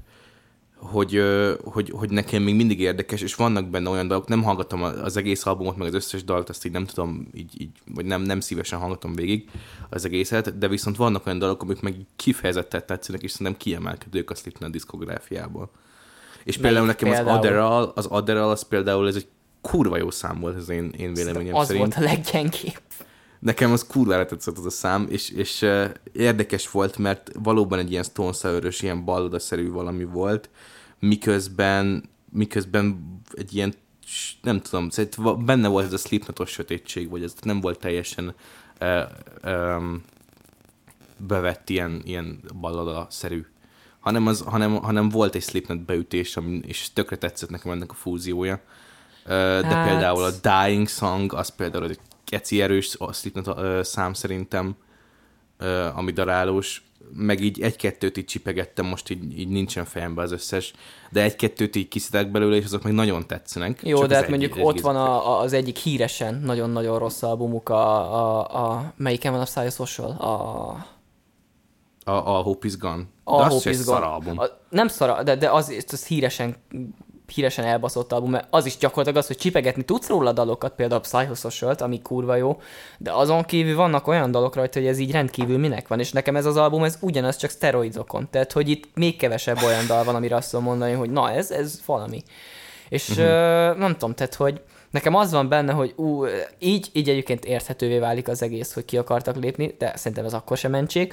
hogy nekem még mindig érdekes, és vannak benne olyan dalok, nem hallgatom az egész albumot, meg az összes dalt, azt így nem tudom, így vagy nem szívesen hallgatom végig az egészet, de viszont vannak olyan dalok, amik meg kifejezetten tetszenek, és szerintem kiemelkedők a Slipknot diszkográfiából. És például nekem az Adderall, az például ez egy kurva jó szám volt, ez én véleményem az szerint. Az volt a leggyengébb. Nekem az kurvára tetszett az a szám, és érdekes volt, mert valóban egy ilyen Stone Sour-ös, ilyen ballodaszerű valami volt, miközben egy ilyen, nem tudom, benne volt ez a Slipknotos sötétség, vagy ez nem volt teljesen bevett ilyen ballodaszerű, hanem volt egy Slipknot beütés, és tökre tetszett nekem ennek a fúziója. De például a Dying Song, az például egy keci erős Slipknot szám szerintem, ami darálós, meg így egy-kettőt így csipegettem, most így nincsen fejemben az összes, de egy-kettőt így kiszedek belőle, és azok meg nagyon tetszenek. Jó, de hát mondjuk ott van az egyik híresen nagyon-nagyon rossz albumuk, melyiken van a Psychosocial? A Hope is Gone. A Hope is Gone. Album. Nem szar, de az híresen elbaszott album, mert az is gyakorlatilag az, hogy csipegetni tudsz róla dalokat, például a Psychosocialt, ami kurva jó, de azon kívül vannak olyan dalok rajta, hogy ez így rendkívül minek van, és nekem ez az album, ez ugyanaz, csak szteroidokon, tehát hogy itt még kevesebb olyan dal van, amire azt tudom mondani, hogy na ez valami. És nem tudom, tehát hogy nekem az van benne, hogy így egyébként érthetővé válik az egész, hogy ki akartak lépni, de szerintem ez akkor sem mentség.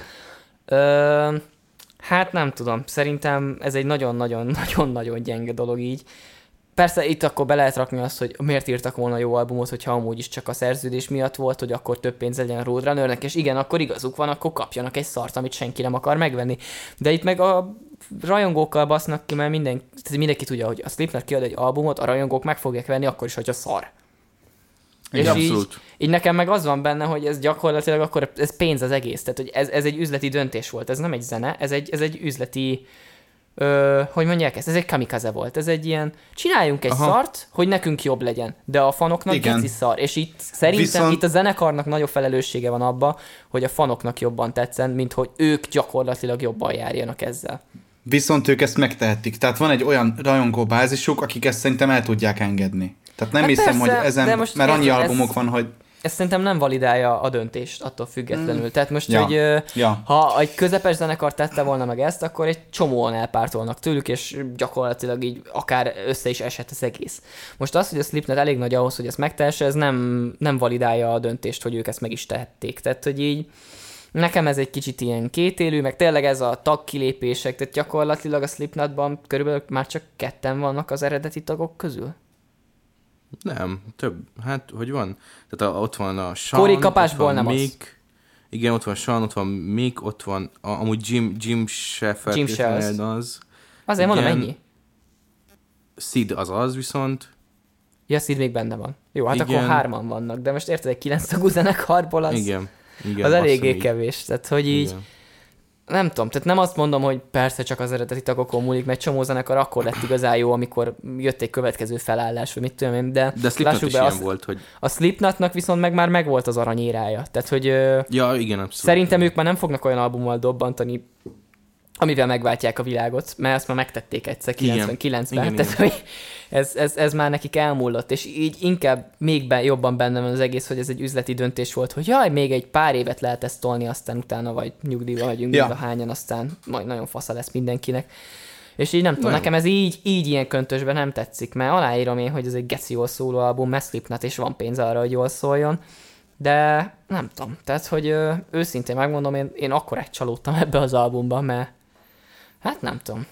Hát nem tudom, szerintem ez egy nagyon-nagyon gyenge dolog így. Persze itt akkor be lehet rakni azt, hogy miért írtak volna jó albumot, hogyha amúgy is csak a szerződés miatt volt, hogy akkor több pénz legyen a Roadrunnernek, és igen, akkor igazuk van, akkor kapjanak egy szart, amit senki nem akar megvenni. De itt meg a rajongókkal basznak ki, mert mindenki tudja, hogy a Slipknot kiad egy albumot, a rajongók meg fogják venni akkor is, hogyha szar. És így nekem meg az van benne, hogy ez gyakorlatilag akkor ez pénz az egész. Tehát, hogy ez egy üzleti döntés volt. Ez nem egy zene, ez egy üzleti, hogy mondják ezt, ez egy kamikaze volt. Ez egy ilyen, csináljunk egy szart, hogy nekünk jobb legyen. De a fanoknak geci szar. És itt szerintem itt a zenekarnak nagyobb felelőssége van abba, hogy a fanoknak jobban tetszen, mint hogy ők gyakorlatilag jobban járjanak ezzel. Viszont ők ezt megtehetik. Tehát van egy olyan rajongóbázisuk, akik ezt szerintem el tudják engedni. Tehát nem hiszem, persze, hogy ezen, mert annyi albumok van, hogy... Ez szerintem nem validálja a döntést attól függetlenül. Tehát most, hogy ha egy közepes zenekar tette volna meg ezt, akkor egy csomóan elpártolnak tőlük, és gyakorlatilag így akár össze is esett az egész. Most az, hogy a Slipknot elég nagy ahhoz, hogy ezt megtehesse, ez nem validálja a döntést, hogy ők ezt meg is tehették. Tehát, hogy így nekem ez egy kicsit ilyen kétélű, meg tényleg ez a tagkilépések, tehát gyakorlatilag a Slipknotban körülbelül már csak 2 vannak az eredeti tagok közül. Nem, több. Hát, hogy van? Tehát ott van a Sean, Corey kapásból nem Mick, az. Igen, ott van Sean, ott van Mick, ott van amúgy Jim Sheffer. Jim Sheffer. Az. Azért mondom, ennyi. Sid az viszont. Ja, Sid még benne van. Jó, hát Igen. akkor 3-an vannak, de most érted, egy 9 tagú zenekarból az, Igen, az eléggé kevés. Tehát, hogy így, igen. nem tudom, tehát nem azt mondom, hogy persze csak az eredeti tagokon múlik, mert csomó zenekar akkor lett igazán jó, amikor jött egy következő felállás, vagy mit tudom én, de Slipknot is ilyen volt, hogy... A Slipknotnak viszont meg már megvolt az aranyérája. Tehát, hogy ja, igen, abszolút. Szerintem ők már nem fognak olyan albummal dobbantani, amivel megváltják a világot, mert azt már megtették egyszer 99-ben. Igen, Tehát, hogy ez már nekik elmúlott, és így inkább még jobban benne van az egész, hogy ez egy üzleti döntés volt, hogy jaj, még egy pár évet lehet ezt tolni, aztán utána vagy nyugdíjba vagyunk mind a hányan, aztán majd nagyon fasza lesz mindenkinek. És így nem tudom, nekem ez így ilyen köntösben nem tetszik, mert aláírom én, hogy ez egy geci jól szóló album, mert Slipknot, és van pénz arra, hogy jól szóljon. De nem tudom, tehát, hogy őszintén megmondom, én akkorát csalódtam ebbe az albumba, mert hát nem tudom.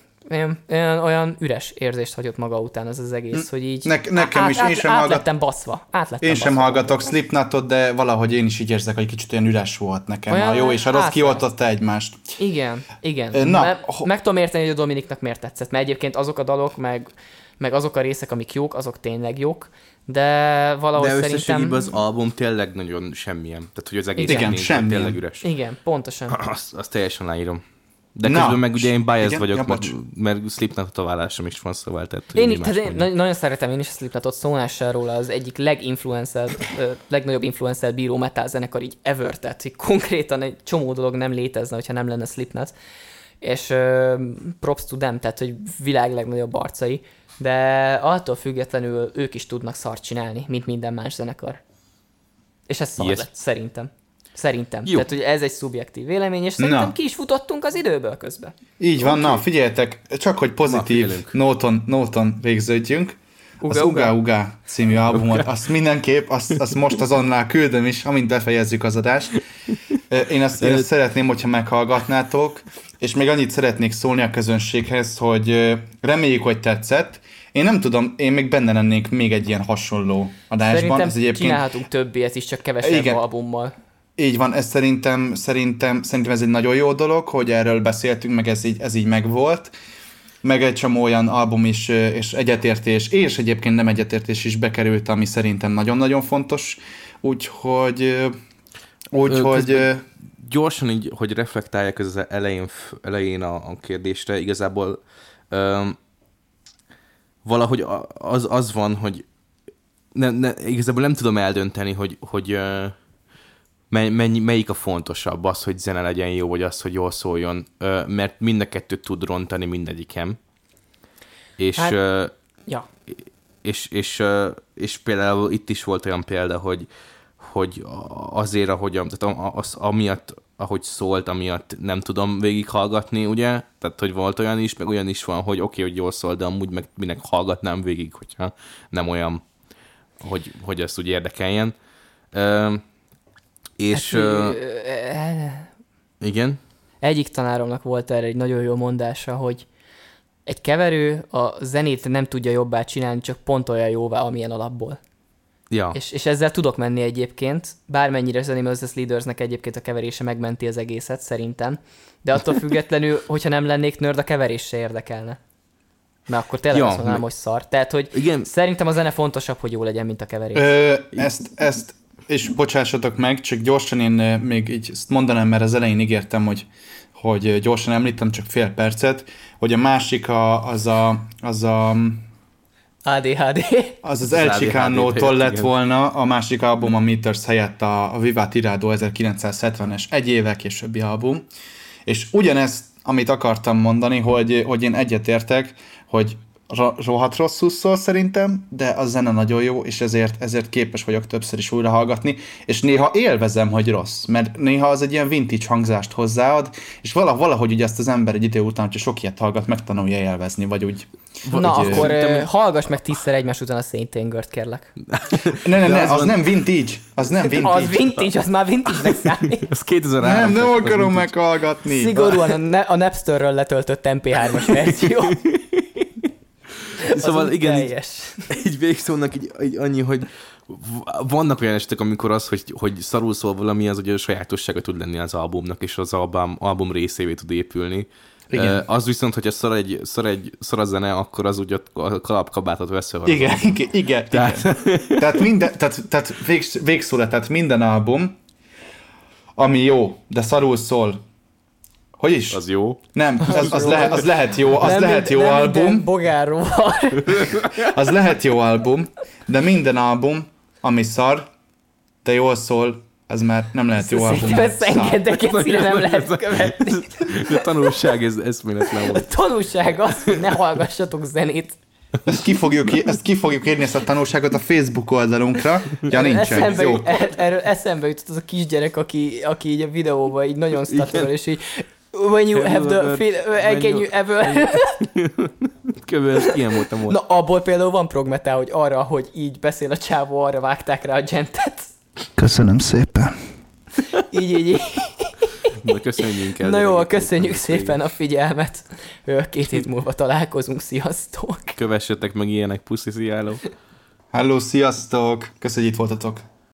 Olyan üres érzést hagyott maga után ez az egész, hogy így nekem is, én sem átlettem baszva. Én sem hallgatok Slipknotot, de valahogy én is így érzek, hogy kicsit olyan üres volt nekem. Olyan a jó és a rossz kioltotta egymást. Igen. Meg tudom érteni, hogy a Dominiknak miért tetszett, mert egyébként azok a dalok, meg azok a részek, amik jók, azok tényleg jók, de valahogy szerintem... De összességében az album tényleg nagyon semmilyen. Tehát, hogy az egész tényleg üres. Igen, pontosan. Azt teljesen leírom. De közben meg ugye én biased vagyok, mert Slipknot a vállásom is van, szóval én nagyon szeretem én is a Slipknotot, szólással róla az egyik legnagyobb influencer bíró metal zenekar így ever, tehát így konkrétan egy csomó dolog nem létezne, hogyha nem lenne Slipknot, és props to them, tehát hogy világ legnagyobb arcai, de attól függetlenül ők is tudnak szart csinálni, mint minden más zenekar. És ez szar lett, Szerintem. Jó. Tehát, hogy ez egy szubjektív vélemény, és szerintem ki is futottunk az időből közben. Így van, na figyeljetek, csak hogy pozitív nóton végződjünk. Az Uga Uga című albumot, azt mindenképp, azt most azonnal küldöm is, amint befejezzük az adást. Én azt szeretném, hogyha meghallgatnátok, és még annyit szeretnék szólni a közönséghez, hogy reméljük, hogy tetszett. Én nem tudom, én még benne lennék még egy ilyen hasonló adásban. Szerintem ez egyébként... csinálhatunk több ilyet is, csak kevesebb albummal. Így van, ez szerintem ez egy nagyon jó dolog, hogy erről beszéltünk, meg ez így megvolt. Meg egy csomó olyan album is, és egyetértés, és egyébként nem egyetértés is bekerült, ami szerintem nagyon-nagyon fontos. Úgyhogy gyorsan így, hogy reflektáljak az elején a kérdésre, igazából valahogy az van, hogy igazából nem tudom eldönteni, hogy melyik a fontosabb, az, hogy zene legyen jó, vagy az, hogy jól szóljon, mert mind a kettőt tud rontani mindegyikem. És, és például itt is volt olyan példa, hogy azért, amiatt, ahogy szólt, amiatt nem tudom végighallgatni, ugye? Tehát, hogy volt olyan is, meg olyan is van, hogy oké, hogy jól szól, de amúgy meg minek hallgatnám végig, hogyha nem olyan, hogy ezt úgy érdekeljen. És... igen? Egyik tanáromnak volt erre egy nagyon jó mondása, hogy egy keverő a zenét nem tudja jobbá csinálni, csak pont olyan jóvá, amilyen alapból. Ja. És ezzel tudok menni egyébként, bármennyire az Animals Leadersnek egyébként a keverése megmenti az egészet, szerintem. De attól függetlenül, hogyha nem lennék nerd, a keverés se érdekelne. Mert akkor tényleg azt mondanám, hogy szar. Tehát, hogy igen. Szerintem a zene fontosabb, hogy jó legyen, mint a keverés. Ezt és bocsássatok meg, csak gyorsan én még így ezt mondanám, mert az elején ígértem, hogy gyorsan említem, csak fél percet, hogy a másik az ADHD. Az El Chicano-tól lett volna a másik album a Meters helyett a Viva Tirado 1970-es, egy évvel későbbi album. És ugyanezt, amit akartam mondani, hogy én egyetértek, hogy rohadt rosszul szól szerintem, de a zene nagyon jó, és ezért képes vagyok többször is újra hallgatni, és néha élvezem, hogy rossz, mert néha az egy ilyen vintage hangzást hozzáad, és valahogy ugye ezt az ember egy idő után, hogyha sok ilyet hallgat, megtanulja élvezni, vagy úgy. Na, akkor hallgass meg 10-szer egymás után a Saint Anger-t, kérlek. Ne, az nem vintage. Az nem vintage. Az vintage, az már vintage-nek számít. Az 2003. Nem akarom meghallgatni. Szigorúan a Napsterről letöltött MP3-as verzió. Szóval igen, így végszónak így annyi, hogy vannak olyan esetek, amikor az, hogy szarul szól valami, az ugye a sajátossága tud lenni az albumnak, és az album részévé tud épülni. Az viszont, hogyha szar a zene, akkor az úgy a kalapkabátot vesz fel. Igen. Tehát végszóra, tehát minden album, ami jó, de szarul szól. Hogy is? Az jó. Nem, az lehet jó, lehet jó album. Az lehet jó album, de minden album, ami szar, de jól szól, ez már nem lehet jó album. Ezt engedek, egyszerűen nem lehet követni. De a tanulság, ez eszméletlen volt. A tanulság az, hogy ne hallgassatok zenét. Ezt ki fogjuk írni, ezt a tanulságot a Facebook oldalunkra. Ja, nincsen. Erről eszembe jutott az a kisgyerek, aki így a videóban így nagyon statol, és így when you have the can you ever... Kb. Ilyen voltam volt. Na, abból például van progmetál, hogy arra, hogy így beszél a csávó, arra vágták rá a gentet. Köszönöm szépen. Így. Na, köszönjünk el. Na jó, köszönjük szépen a figyelmet. 2 hét múlva találkozunk, sziasztok. Kövessetek meg ilyenek, puszi, sziáló. Hello, sziasztok. Köszönjük, hogy itt voltatok.